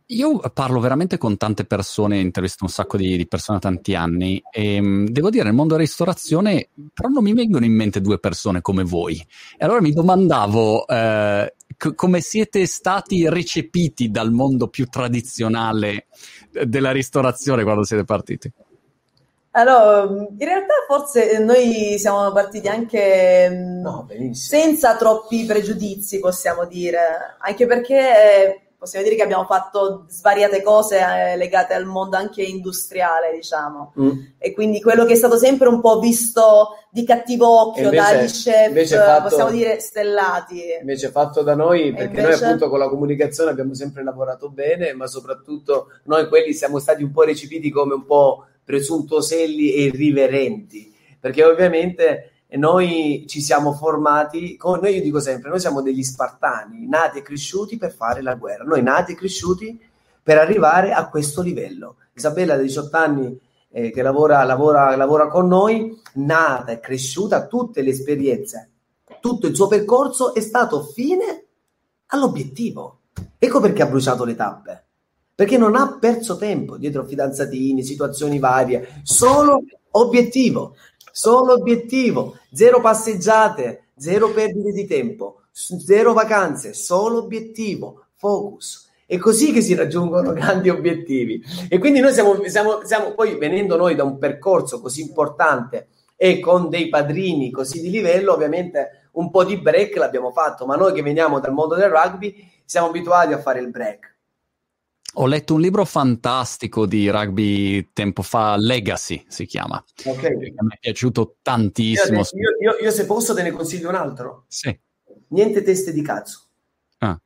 Io parlo veramente con tante persone, intervisto un sacco di, di persone da tanti anni e mh, devo dire, nel mondo della ristorazione però non mi vengono in mente due persone come voi. E allora mi domandavo eh, c- come siete stati recepiti dal mondo più tradizionale della ristorazione quando siete partiti? Allora, in realtà forse noi siamo partiti anche mh, No, benissimo. senza troppi pregiudizi, possiamo dire, anche perché eh, possiamo dire che abbiamo fatto svariate cose eh, legate al mondo anche industriale, diciamo, Mm. e quindi quello che è stato sempre un po' visto di cattivo occhio E invece- dagli chef, invece fatto- possiamo dire stellati. Invece fatto da noi, perché invece? noi appunto con la comunicazione abbiamo sempre lavorato bene, ma soprattutto noi quelli siamo stati un po' recepiti come un po' presuntuoselli e irriverenti, perché ovviamente noi ci siamo formati, come noi io dico sempre, noi siamo degli spartani, nati e cresciuti per fare la guerra, noi nati e cresciuti per arrivare a questo livello. Isabella, da diciotto anni, eh, che lavora, lavora, lavora con noi, nata e cresciuta, tutte le esperienze, tutto il suo percorso è stato fine all'obiettivo. Ecco perché ha bruciato le tappe, perché non ha perso tempo dietro fidanzatini, situazioni varie, solo obiettivo, solo obiettivo, zero passeggiate, zero perdite di tempo, zero vacanze, solo obiettivo, focus. È così che si raggiungono grandi obiettivi. E quindi noi siamo, siamo, siamo poi, venendo noi da un percorso così importante e con dei padrini così di livello, ovviamente un po' di break l'abbiamo fatto, ma noi che veniamo dal mondo del rugby siamo abituati a fare il break. Ho letto un libro fantastico di rugby tempo fa, Legacy si chiama, Ok. che mi è piaciuto Io, tantissimo. io, io, io se posso te ne consiglio un altro. Sì. Niente teste di cazzo. Ah.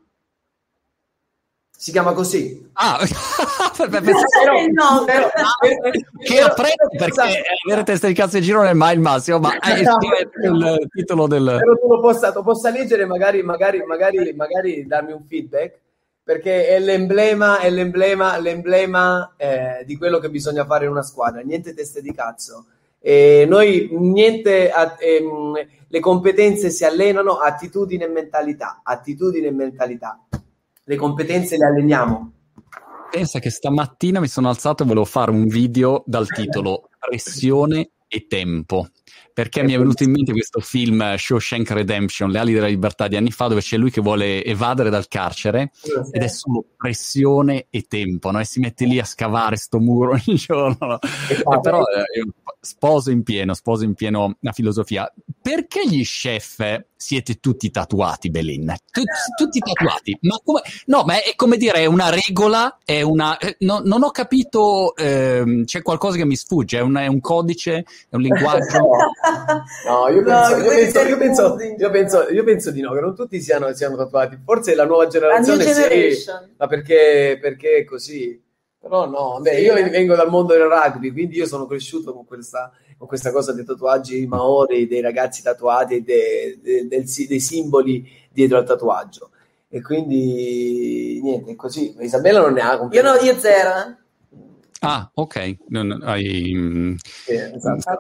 Si chiama così. Ah, Però- no, però- che apprezzo perché avere testa di cazzo in giro non è mai il massimo, ma è il titolo del... Però tu lo possa, lo possa leggere, magari, magari, magari, magari darmi un feedback, perché è l'emblema, è l'emblema, l'emblema eh, di quello che bisogna fare in una squadra. Niente teste di cazzo. E noi niente, a, ehm, le competenze si allenano, attitudine e mentalità, attitudine e mentalità. Le competenze le alleniamo. Pensa che stamattina mi sono alzato e volevo fare un video dal titolo Pressione e tempo, perché mi è venuto in mente questo film Shawshank Redemption, Le ali della libertà di anni fa, dove c'è lui che vuole evadere dal carcere ed è solo pressione e tempo, no? E si mette lì a scavare sto muro ogni giorno, no? E però eh, io sposo in pieno, sposo in pieno la filosofia. Perché gli chef siete tutti tatuati, Belin? Tutti, tutti tatuati? Ma come? No, ma è come dire, è una regola, è una... eh, no, non ho capito, ehm, c'è qualcosa che mi sfugge, è un, è un codice, è un linguaggio? No, io penso, No, io, penso, io, penso, confusi. io, penso, io penso di no, che non tutti siano, siano tatuati. Forse la nuova generazione new sì, generation. ma perché, perché è così? Però no, beh, Sì. io vengo dal mondo del rugby, quindi io sono cresciuto con questa, con questa cosa dei tatuaggi maori, dei ragazzi tatuati e dei, dei, del- dei simboli dietro al tatuaggio. E quindi niente, è così. Isabella non ne ha Io, completamente. no, io zero, eh. Ah, ok. Non, hai, mm, Sì, esatto.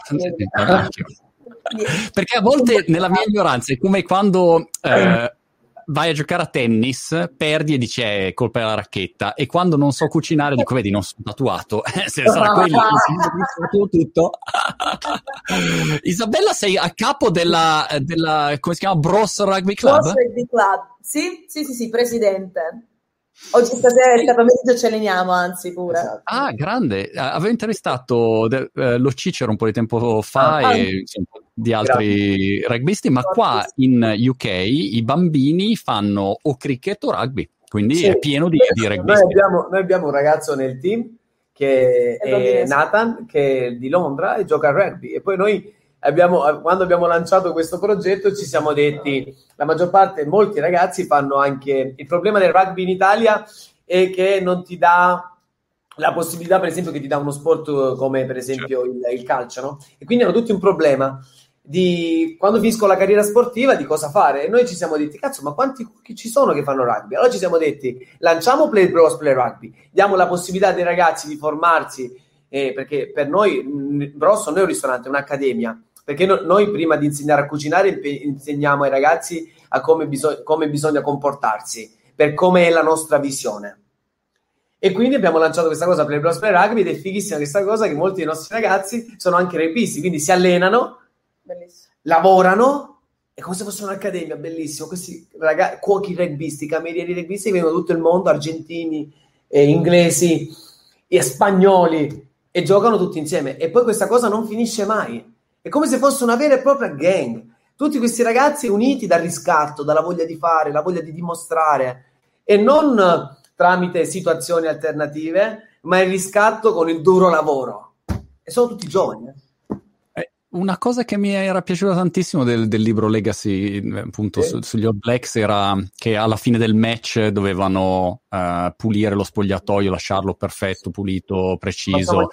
perché a volte nella mia ignoranza è come quando eh, vai a giocare a tennis, perdi e dici eh, è colpa della racchetta, e quando non so cucinare dico vedi non sono tatuato, se sarà quello che tutto. Isabella, sei a capo della, della come si chiama, Bros Rugby Club? Bros Rugby Club. Sì, sì, sì, sì, presidente. Oggi stasera il pomeriggio ci alleniamo, anzi pure. Esatto. Ah, grande. Eh, Avevo intervistato de- eh, lo Cicero un po' di tempo fa Ah, e insomma, di altri rugbisti, ma qua in U K i bambini fanno o cricket o rugby, quindi Sì. è pieno di, di Noi rugbisti. abbiamo, noi abbiamo un ragazzo nel team che È è londinese. Nathan, che è di Londra e gioca a rugby. E poi noi abbiamo, quando abbiamo lanciato questo progetto, ci siamo detti, la maggior parte, molti ragazzi fanno anche, il problema del rugby in Italia è che non ti dà la possibilità, per esempio, che ti dà uno sport come per esempio il, il calcio, no? E quindi hanno tutti un problema di quando finisco la carriera sportiva di cosa fare, e noi ci siamo detti cazzo, ma quanti chi ci sono che fanno rugby? Allora ci siamo detti lanciamo Play Bros Play Rugby, diamo la possibilità dei ragazzi di formarsi, eh, perché per noi mh, Bros non è un ristorante, è un'accademia, perché no, noi prima di insegnare a cucinare impe- insegniamo ai ragazzi a come, biso- come bisogna comportarsi, per come è la nostra visione. E quindi abbiamo lanciato questa cosa per il Bros Play Rugby ed è fighissima questa cosa che molti dei nostri ragazzi sono anche rugbisti, quindi si allenano, bellissimo, lavorano, è come se fosse un'accademia, bellissimo. Questi ragazzi, cuochi rugbisti, camerieri rugbisti che vengono da tutto il mondo, argentini, eh, inglesi e spagnoli, e giocano tutti insieme. E poi questa cosa non finisce mai, è come se fosse una vera e propria gang. Tutti questi ragazzi uniti dal riscatto, dalla voglia di fare, la voglia di dimostrare, e non tramite situazioni alternative, ma il riscatto con il duro lavoro. E sono tutti giovani. Eh. Una cosa che mi era piaciuta tantissimo del, del libro Legacy, appunto, sì, su, sugli All Blacks, era che alla fine del match dovevano uh, pulire lo spogliatoio, lasciarlo perfetto, pulito, preciso.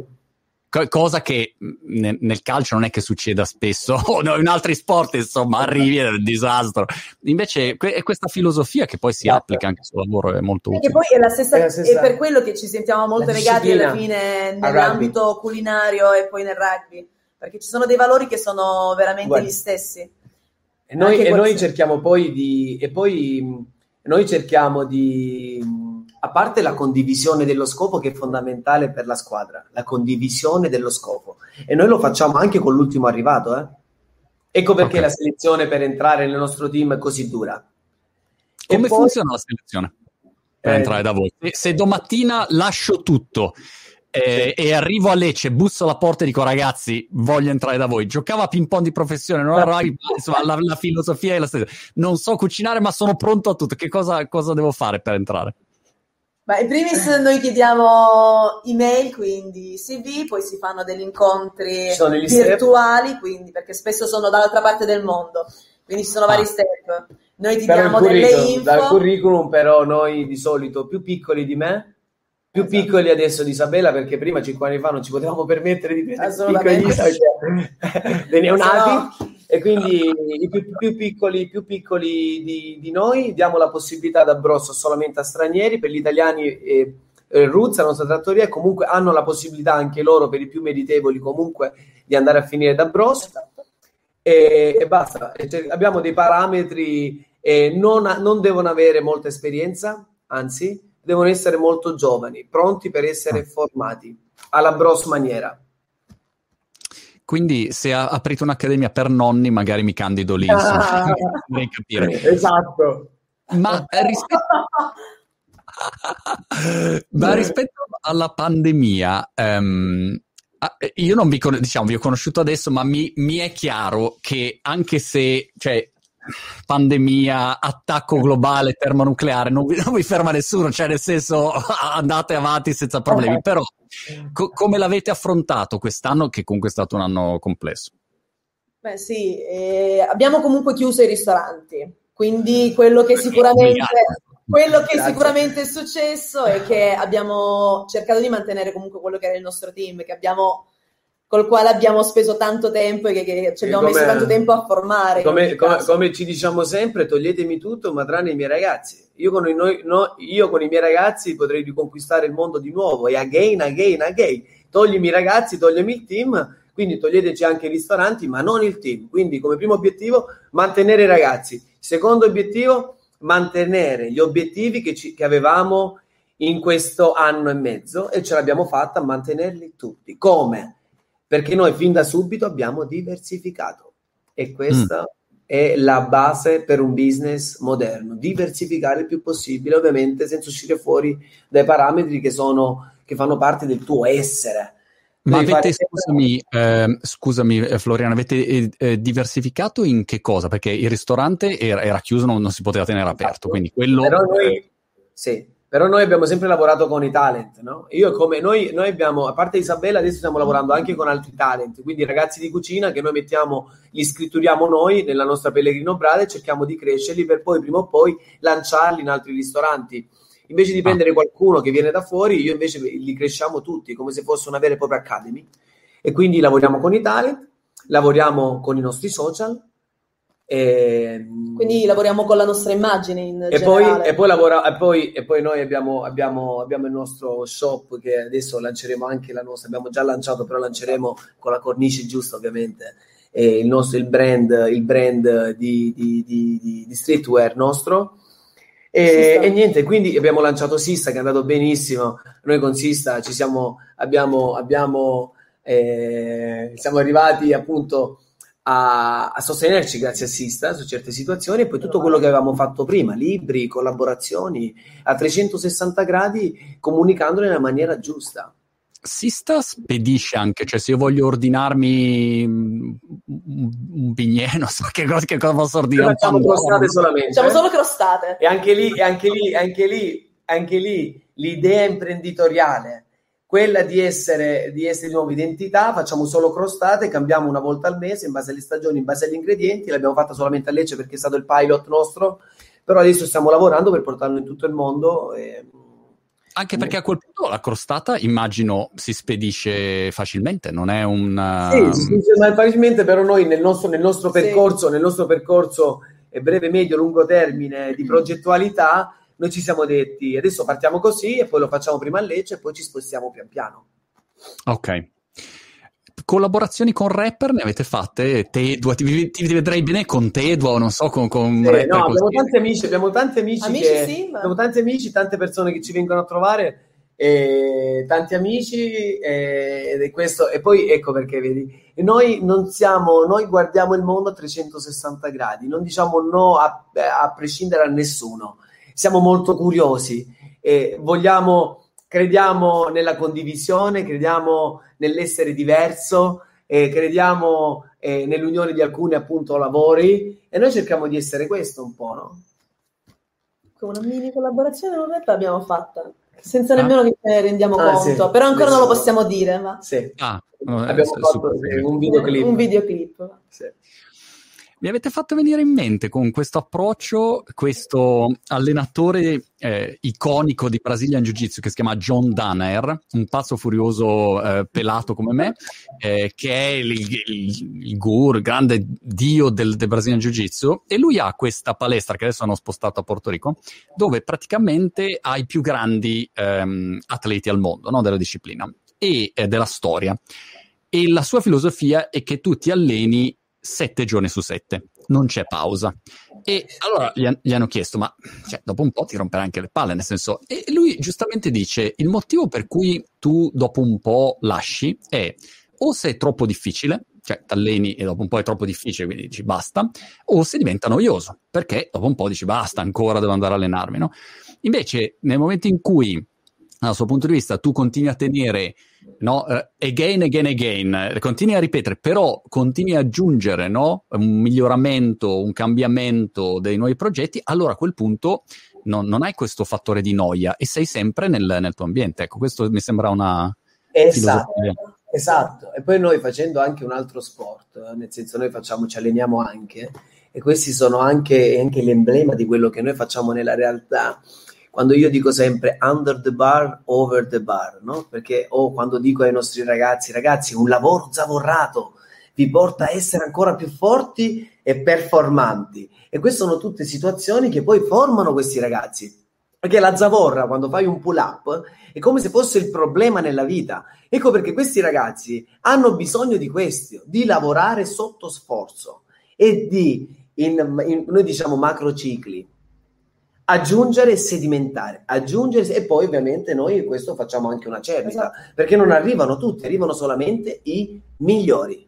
Cosa che nel, nel calcio non è che succeda spesso, o no, in altri sport, insomma, arrivi è un disastro. Invece que- è questa filosofia che poi si applica anche sul lavoro, è molto utile. E poi è la stessa, è la stessa, è per quello che ci sentiamo molto legati alla fine nell'ambito culinario e poi nel rugby, perché ci sono dei valori che sono veramente Guarda. gli stessi. E noi, e noi cerchiamo poi di, e poi noi cerchiamo di, a parte la condivisione dello scopo che è fondamentale per la squadra, la condivisione dello scopo, e noi lo facciamo anche con l'ultimo arrivato, eh? Ecco perché okay. la selezione per entrare nel nostro team è così dura. Come poi, funziona la selezione per eh, entrare da voi? Se, se domattina lascio tutto eh, e arrivo a Lecce, busso alla porta e dico ragazzi voglio entrare da voi, giocavo a ping pong di professione, non era, insomma, la, la filosofia è la stessa, non so cucinare ma sono pronto a tutto, che cosa, cosa devo fare per entrare? Ma in primis noi chiediamo email, quindi C V, poi si fanno degli incontri virtuali, step. Quindi perché spesso sono dall'altra parte del mondo, quindi ci sono ah. vari step. Noi ti diamo delle info. Dal curriculum però noi di solito più piccoli di me, più esatto. piccoli adesso di Isabella, perché prima cinque anni fa non ci potevamo permettere di prendere piccoli dei neonati. No. E quindi i più, più piccoli, più piccoli di, di noi diamo la possibilità da Bros solamente a stranieri, per gli italiani e eh, Roots, la nostra trattoria, e comunque hanno la possibilità anche loro, per i più meritevoli comunque, di andare a finire da Bros. E, e basta. E cioè, abbiamo dei parametri, e non, non devono avere molta esperienza, anzi devono essere molto giovani, pronti per essere formati alla Bros maniera. Quindi se aprite un'accademia per nonni magari mi candido lì, insomma, ah, vorrei capire. Esatto. Ma rispetto, ma rispetto alla pandemia, um, io non vi, con- diciamo, vi ho conosciuto adesso, ma mi, mi è chiaro che anche se, cioè, pandemia, attacco globale, termonucleare, non vi, non vi ferma nessuno, cioè nel senso andate avanti senza problemi, però co- come l'avete affrontato quest'anno, che comunque è stato un anno complesso? Beh sì, eh, abbiamo comunque chiuso i ristoranti, quindi quello che sicuramente quello che sicuramente è successo è che abbiamo cercato di mantenere comunque quello che era il nostro team, che abbiamo col quale abbiamo speso tanto tempo e che, che ci abbiamo come, messo tanto tempo a formare. Come, come, come ci diciamo sempre, toglietemi tutto, ma tranne i miei ragazzi. Io con i, noi, no, io con i miei ragazzi potrei riconquistare il mondo di nuovo, e again, again, again. Toglimi i ragazzi, toglimi il team, quindi toglieteci anche i ristoranti, ma non il team. Quindi come primo obiettivo, mantenere i ragazzi. Secondo obiettivo, mantenere gli obiettivi che, ci, che avevamo in questo anno e mezzo, e ce l'abbiamo fatta a mantenerli tutti. Come? Perché noi fin da subito abbiamo diversificato, e questa mm. è la base per un business moderno, diversificare il più possibile, ovviamente senza uscire fuori dai parametri che sono che fanno parte del tuo essere. Ma Devi avete, fare... scusami, eh, scusami eh, Floriana, avete eh, eh, diversificato in che cosa? Perché il ristorante era, era chiuso, non, non si poteva tenere aperto, esatto. Quindi quello... Però noi, sì. Però noi abbiamo sempre lavorato con i talent, no? Io come noi, noi abbiamo, a parte Isabella, adesso stiamo lavorando anche con altri talent, quindi ragazzi di cucina che noi mettiamo, li scritturiamo noi nella nostra Pellegrino Brada e cerchiamo di crescerli per poi prima o poi lanciarli in altri ristoranti. Invece di prendere qualcuno che viene da fuori, io invece li cresciamo tutti come se fosse una vera e propria academy, e quindi lavoriamo con i talent, lavoriamo con i nostri social. E, quindi lavoriamo con la nostra immagine in e generale. Poi, e, poi lavora, e, poi, e poi noi abbiamo, abbiamo, abbiamo il nostro shop, che adesso lanceremo anche la nostra, abbiamo già lanciato, però lanceremo con la cornice giusta ovviamente, e il nostro il brand, il brand di, di, di, di, di streetwear nostro, E, e niente, quindi abbiamo lanciato Sista, che è andato benissimo. Noi con Sista ci siamo, abbiamo, abbiamo eh, siamo arrivati appunto a, a sostenerci grazie a Sista su certe situazioni, e poi tutto quello che avevamo fatto prima, libri, collaborazioni a trecentosessanta gradi, comunicandolo nella maniera giusta. Sista spedisce anche, cioè se io voglio ordinarmi un, un bignè, non so che cosa, che cosa posso ordinare. Facciamo crostate solamente. Facciamo solo crostate. E anche lì, e anche lì, anche lì, anche lì l'idea imprenditoriale, quella di essere, di essere di nuova identità, facciamo solo crostate, cambiamo una volta al mese in base alle stagioni, in base agli ingredienti. L'abbiamo fatta solamente a Lecce perché è stato il pilot nostro, però adesso stiamo lavorando per portarlo in tutto il mondo. E, anche perché a quel punto la crostata, immagino, si spedisce facilmente, non è un... Sì, si spedisce facilmente, però noi nel nostro, nel nostro percorso, sì. nel nostro percorso breve, medio, lungo termine di progettualità, noi ci siamo detti, adesso partiamo così e poi lo facciamo prima a Lecce e poi ci spostiamo pian piano. Ok. Collaborazioni con rapper ne avete fatte? Tedua, ti, ti vedrei bene con Tedua o non so, con, con sì, rapper no, così. abbiamo tanti amici, abbiamo tanti amici, amici che, sì, ma... abbiamo tanti amici, tante persone che ci vengono a trovare, e tanti amici, e, ed è questo, e poi ecco perché vedi, e noi non siamo, noi guardiamo il mondo a trecentosessanta gradi, non diciamo no a, a prescindere da nessuno, siamo molto curiosi, e vogliamo... Crediamo nella condivisione, crediamo nell'essere diverso, eh, crediamo eh, nell'unione di alcuni appunto lavori, e noi cerchiamo di essere questo un po', no? Una mini collaborazione con Rap l'abbiamo fatta, senza nemmeno ah. che ne rendiamo ah, conto, sì. però ancora Adesso... non lo possiamo dire. Ma... Sì. Ah, abbiamo su, fatto su, sì, un videoclip. Un videoclip. Sì. Mi avete fatto venire in mente con questo approccio questo allenatore eh, iconico di Brazilian Jiu-Jitsu che si chiama John Danaher, un pazzo furioso eh, pelato come me, eh, che è il, il, il guru, il grande dio del, del Brazilian Jiu-Jitsu, e lui ha questa palestra che adesso hanno spostato a Porto Rico, dove praticamente ha i più grandi ehm, atleti al mondo, no, della disciplina e eh, della storia. E la sua filosofia è che tu ti alleni sette giorni su sette, non c'è pausa. E allora gli, gli hanno chiesto, ma cioè, dopo un po' ti romperai anche le palle, nel senso, e lui giustamente dice, il motivo per cui tu dopo un po' lasci è o se è troppo difficile, cioè ti alleni e dopo un po' è troppo difficile, quindi dici basta, o se diventa noioso, perché dopo un po' dici basta, ancora devo andare a allenarmi, no? Invece nel momento in cui, dal suo punto di vista, tu continui a tenere, no, uh, again, again, again, continui a ripetere, però continui a aggiungere, no, un miglioramento, un cambiamento dei nuovi progetti, allora a quel punto non, non hai questo fattore di noia e sei sempre nel, nel tuo ambiente. Ecco, questo mi sembra una esatto, filosofia. Esatto, e poi noi facendo anche un altro sport, nel senso noi facciamo, ci alleniamo anche, e questi sono anche, anche l'emblema di quello che noi facciamo nella realtà. Quando io dico sempre under the bar, over the bar, no? Perché o oh, quando dico ai nostri ragazzi, ragazzi, un lavoro zavorrato vi porta a essere ancora più forti e performanti. E queste sono tutte situazioni che poi formano questi ragazzi. Perché la zavorra, quando fai un pull up, è come se fosse il problema nella vita. Ecco perché questi ragazzi hanno bisogno di questo, di lavorare sotto sforzo e di, in, in, noi diciamo macrocicli, aggiungere e sedimentare, aggiungere, e poi ovviamente noi questo facciamo anche una cernita, esatto. Perché non arrivano tutti, arrivano solamente i migliori.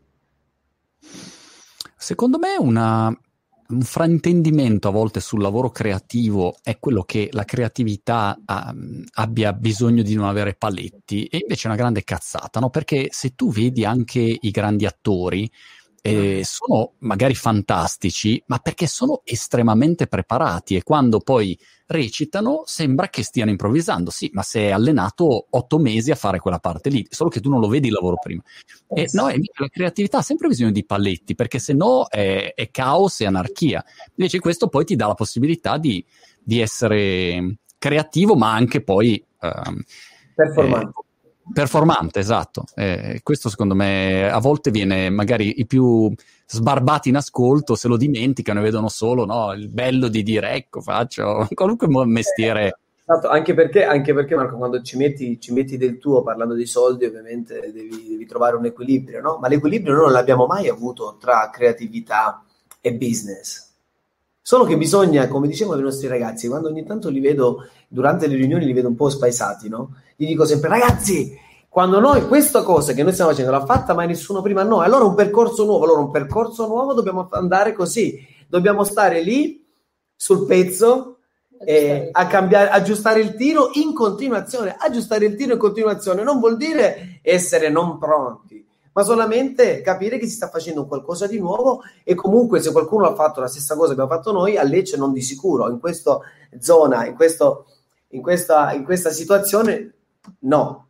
Secondo me una, un fraintendimento a volte sul lavoro creativo è quello che la creatività um, abbia bisogno di non avere paletti, e invece è una grande cazzata, no? Perché se tu vedi anche i grandi attori, Eh, sono magari fantastici, ma perché sono estremamente preparati, e quando poi recitano sembra che stiano improvvisando. Sì, ma se è allenato otto mesi a fare quella parte lì, solo che tu non lo vedi il lavoro prima. E no, e la creatività ha sempre bisogno di paletti, perché se no è, è caos e anarchia. Invece questo poi ti dà la possibilità di, di essere creativo, ma anche poi um, performante. Eh, performante, esatto. Eh, questo secondo me a volte viene, magari i più sbarbati in ascolto se lo dimenticano e vedono solo, no, il bello di dire ecco faccio qualunque mestiere. Esatto, anche perché, anche perché Marco, quando ci metti, ci metti del tuo parlando di soldi, ovviamente devi, devi trovare un equilibrio, no? Ma l'equilibrio noi non l'abbiamo mai avuto tra creatività e business. Solo che bisogna, come dicevano i nostri ragazzi, quando ogni tanto li vedo, durante le riunioni li vedo un po' spaesati, no? Gli dico sempre, ragazzi, quando noi questa cosa che noi stiamo facendo l'ha fatta mai nessuno prima a noi, allora un percorso nuovo, allora un percorso nuovo dobbiamo andare così, dobbiamo stare lì sul pezzo, eh, a cambiare, aggiustare il tiro in continuazione. Aggiustare il tiro in continuazione non vuol dire essere non pronti, ma solamente capire che si sta facendo qualcosa di nuovo, e comunque se qualcuno ha fatto la stessa cosa che abbiamo fatto noi, a Lecce non di sicuro, in questa zona, in, questo, in, questa, in questa situazione, no.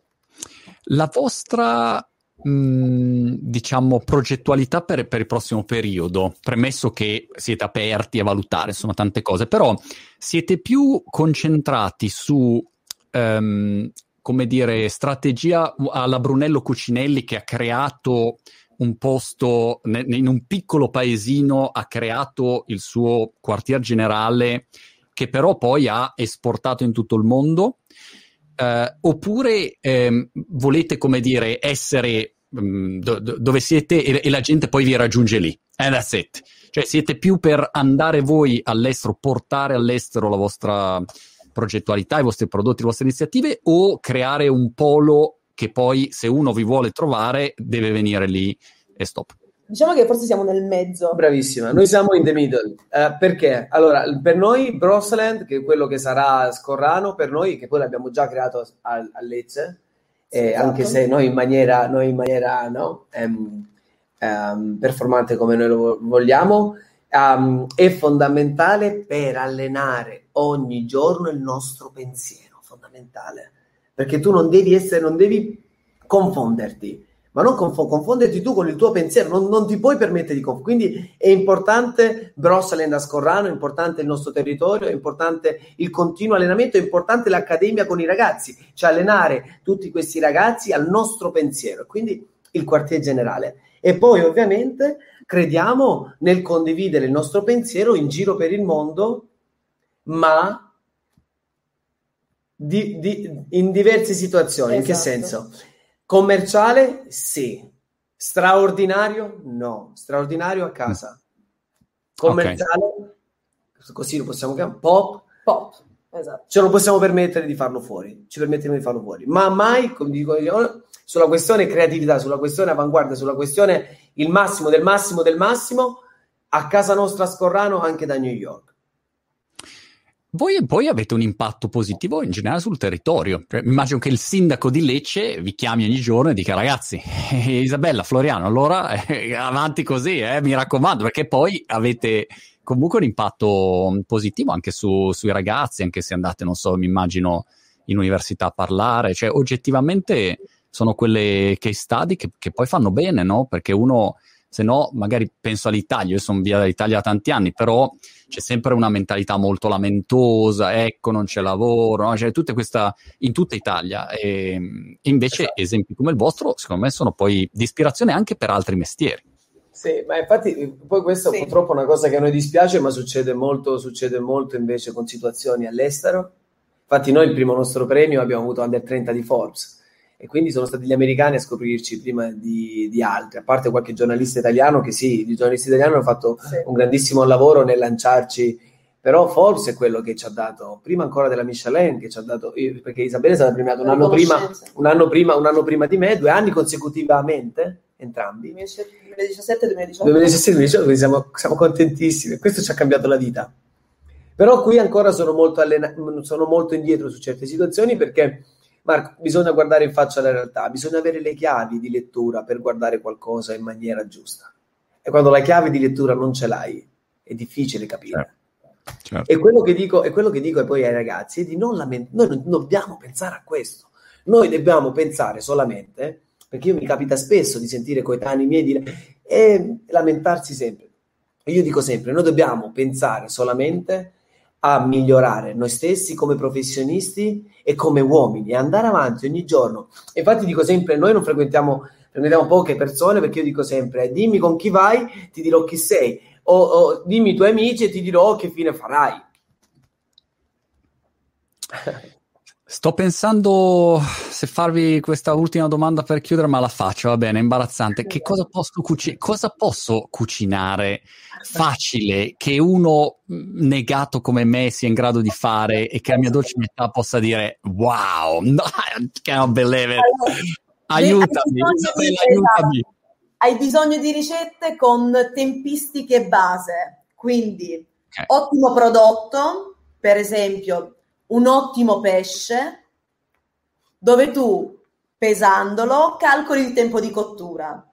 La vostra, mh, diciamo, progettualità per, per il prossimo periodo, premesso che siete aperti a valutare, insomma, tante cose, però siete più concentrati su... Um, come dire, strategia alla Brunello Cucinelli, che ha creato un posto ne, in un piccolo paesino, ha creato il suo quartier generale, che però poi ha esportato in tutto il mondo, eh, oppure ehm, volete, come dire, essere mh, do, do, dove siete e, e la gente poi vi raggiunge lì, and that's it. Cioè siete più per andare voi all'estero, portare all'estero la vostra progettualità, i vostri prodotti, le vostre iniziative, o creare un polo che poi, se uno vi vuole trovare, deve venire lì e stop? Diciamo che forse siamo nel mezzo. Bravissima, noi siamo in the middle. Uh, perché? Allora, per noi Brosland, che è quello che sarà Scorrano, per noi, che poi l'abbiamo già creato a, a Lecce, sì, eh, esatto. Anche se noi in maniera, noi in maniera no, um, um, performante come noi lo vogliamo, Um, è fondamentale per allenare ogni giorno il nostro pensiero, fondamentale, perché tu non devi essere, non devi confonderti, ma non conf- confonderti tu con il tuo pensiero, non, non ti puoi permettere di confondere. Quindi è importante Brosland a Scorrano, è importante il nostro territorio, è importante il continuo allenamento, è importante l'accademia con i ragazzi, cioè allenare tutti questi ragazzi al nostro pensiero, quindi il quartier generale. E poi ovviamente crediamo nel condividere il nostro pensiero in giro per il mondo, ma di, di, in diverse situazioni. Esatto. In che senso? Commerciale? Sì. Straordinario? No. Straordinario a casa. Commerciale? Okay. Così lo possiamo chiamare. Pop? Pop. Esatto. Ce lo possiamo permettere di farlo fuori. Ci permettiamo di farlo fuori. Ma mai, come dico io, sulla questione creatività, sulla questione avanguardia, sulla questione il massimo del massimo del massimo, a casa nostra a Scorrano, anche da New York. Voi poi avete un impatto positivo in generale sul territorio. Cioè, immagino che il sindaco di Lecce vi chiami ogni giorno e dica: ragazzi, eh, Isabella, Floriano, allora eh, avanti così, eh, mi raccomando, perché poi avete comunque un impatto positivo anche su, sui ragazzi, anche se andate, non so, mi immagino in università a parlare, cioè oggettivamente sono quelle case study che, che poi fanno bene, no? Perché uno, se no, magari penso all'Italia, io sono via dall'Italia da tanti anni, però c'è sempre una mentalità molto lamentosa, ecco, non c'è lavoro, no? C'è tutta questa, in tutta Italia, e, e invece esatto. Esempi come il vostro, secondo me, sono poi di ispirazione anche per altri mestieri. Sì, ma infatti poi questo sì. Purtroppo è una cosa che a noi dispiace, ma succede molto, succede molto invece con situazioni all'estero. Infatti noi il primo nostro premio abbiamo avuto Under trenta di Forbes, e quindi sono stati gli americani a scoprirci prima di, di altri, a parte qualche giornalista italiano che sì, i giornalisti italiani hanno fatto sì. un grandissimo lavoro nel lanciarci, però Forbes è quello che ci ha dato, prima ancora della Michelin, che ci ha dato, perché Isabella è stata premiata un anno prima, un anno prima, un anno prima di me, due anni consecutivamente, entrambi. duemiladiciassette duemiladiciotto duemiladiciassette duemiladiciotto, quindi siamo, siamo contentissimi, questo ci ha cambiato la vita. Però qui ancora sono molto, allena- sono molto indietro su certe situazioni, perché Marco, bisogna guardare in faccia la realtà, bisogna avere le chiavi di lettura per guardare qualcosa in maniera giusta. E quando la chiave di lettura non ce l'hai, è difficile capire. Certo. Certo. E quello che dico, e quello che dico e poi ai ragazzi è di non lamentare, noi non dobbiamo pensare a questo. Noi dobbiamo pensare solamente, perché io mi capita spesso di sentire coetanei miei dire e lamentarsi sempre. E io dico sempre, noi dobbiamo pensare solamente a migliorare noi stessi come professionisti e come uomini, e andare avanti ogni giorno. E infatti dico sempre, noi non frequentiamo, frequentiamo poche persone, perché io dico sempre, dimmi con chi vai, ti dirò chi sei, o, o dimmi i tuoi amici e ti dirò che fine farai. Sto pensando, se farvi questa ultima domanda per chiudere, ma la faccio, va bene, imbarazzante. Che cosa posso, cuci- cosa posso cucinare facile che uno negato come me sia in grado di fare e che la mia dolce metà possa dire wow, no, I can't believe it. Aiutami, hai, aiutami. Esatto. Hai bisogno di ricette con tempistiche base, quindi okay. Ottimo prodotto, per esempio un ottimo pesce, dove tu pesandolo calcoli il tempo di cottura.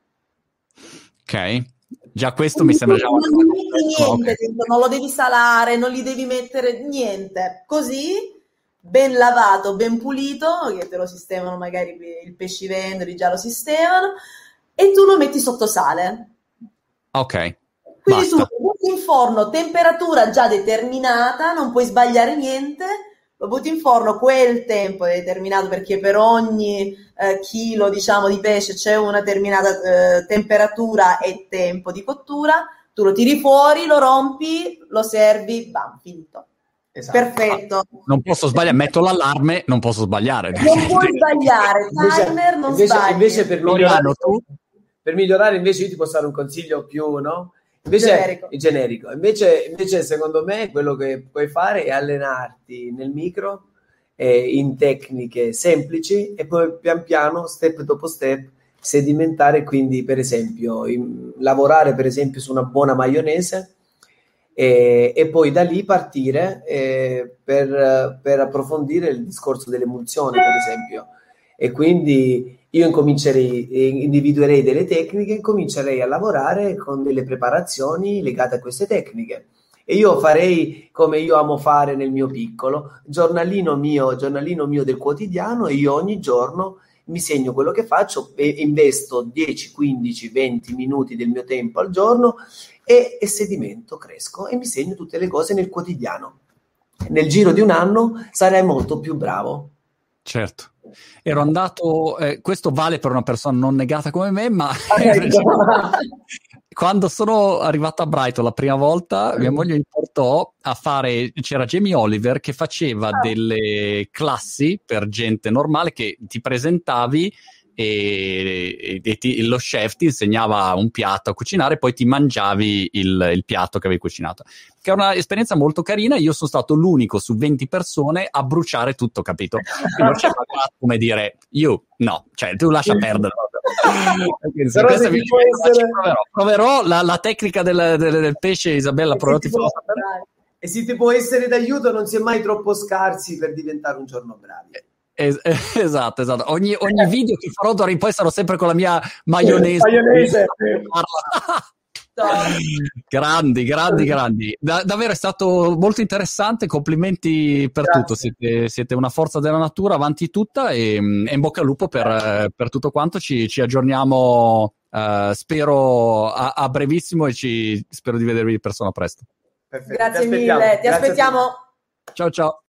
Ok, già questo mi sembra già non una gli metti niente, okay. Non lo devi salare, non gli devi mettere niente, così ben lavato, ben pulito, che te lo sistemano magari il pescivendoli, già lo sistemano, e tu lo metti sotto sale. Ok. Quindi basta. tu lo butti in forno, temperatura già determinata, non puoi sbagliare niente, lo butti in forno, quel tempo è determinato perché per ogni eh, chilo, diciamo, di pesce c'è una determinata eh, temperatura e tempo di cottura, tu lo tiri fuori, lo rompi, lo servi, bam, finito. Esatto. Perfetto. Non posso sbagliare, metto l'allarme, non posso sbagliare. Non puoi sbagliare, timer non invece, sbagli. Invece per migliorare, tu? per migliorare invece io ti posso dare un consiglio più, no? Invece generico. generico. Invece, invece secondo me quello che puoi fare è allenarti nel micro eh, in tecniche semplici e poi pian piano, step dopo step, sedimentare, quindi per esempio in, lavorare per esempio su una buona maionese e, e poi da lì partire eh, per, per approfondire il discorso delle emulsioni per esempio, e quindi io incomincerei, individuerei delle tecniche, incomincerei a lavorare con delle preparazioni legate a queste tecniche. E io farei come io amo fare nel mio piccolo, giornalino mio, giornalino mio del quotidiano, e io ogni giorno mi segno quello che faccio e investo dieci, quindici, venti minuti del mio tempo al giorno e, e sedimento, cresco e mi segno tutte le cose nel quotidiano. Nel giro di un anno sarai molto più bravo. Certo. Ero andato, eh, questo vale per una persona non negata come me, ma quando sono arrivato a Brighton la prima volta, mia moglie mi portò a fare, c'era Jamie Oliver che faceva ah. delle classi per gente normale, che ti presentavi e, e ti, lo chef ti insegnava un piatto a cucinare, poi ti mangiavi il, il piatto che avevi cucinato, che è un'esperienza molto carina. Io sono stato l'unico su venti persone a bruciare tutto, capito? Quindi non c'è pagato come dire io no, cioè tu lascia perdere. Però questa mi essere... proverò, proverò la, la tecnica del, del, del pesce. Isabella, proverò, ti farò sapere. E se ti può essere d'aiuto, non si è mai troppo scarsi per diventare un giorno bravi. Es- esatto, esatto. Ogni, ogni video che farò d'ora in poi sarò sempre con la mia maionese. maionese. grandi, grandi, grandi. Da, davvero è stato molto interessante. Complimenti per Grazie. tutto. Siete, siete una forza della natura, avanti tutta, e, e in bocca al lupo per, per tutto quanto. Ci, ci aggiorniamo, uh, spero a, a brevissimo, e ci spero di vedervi di persona presto. Perfetto. Grazie mille, ti aspettiamo. Ciao ciao.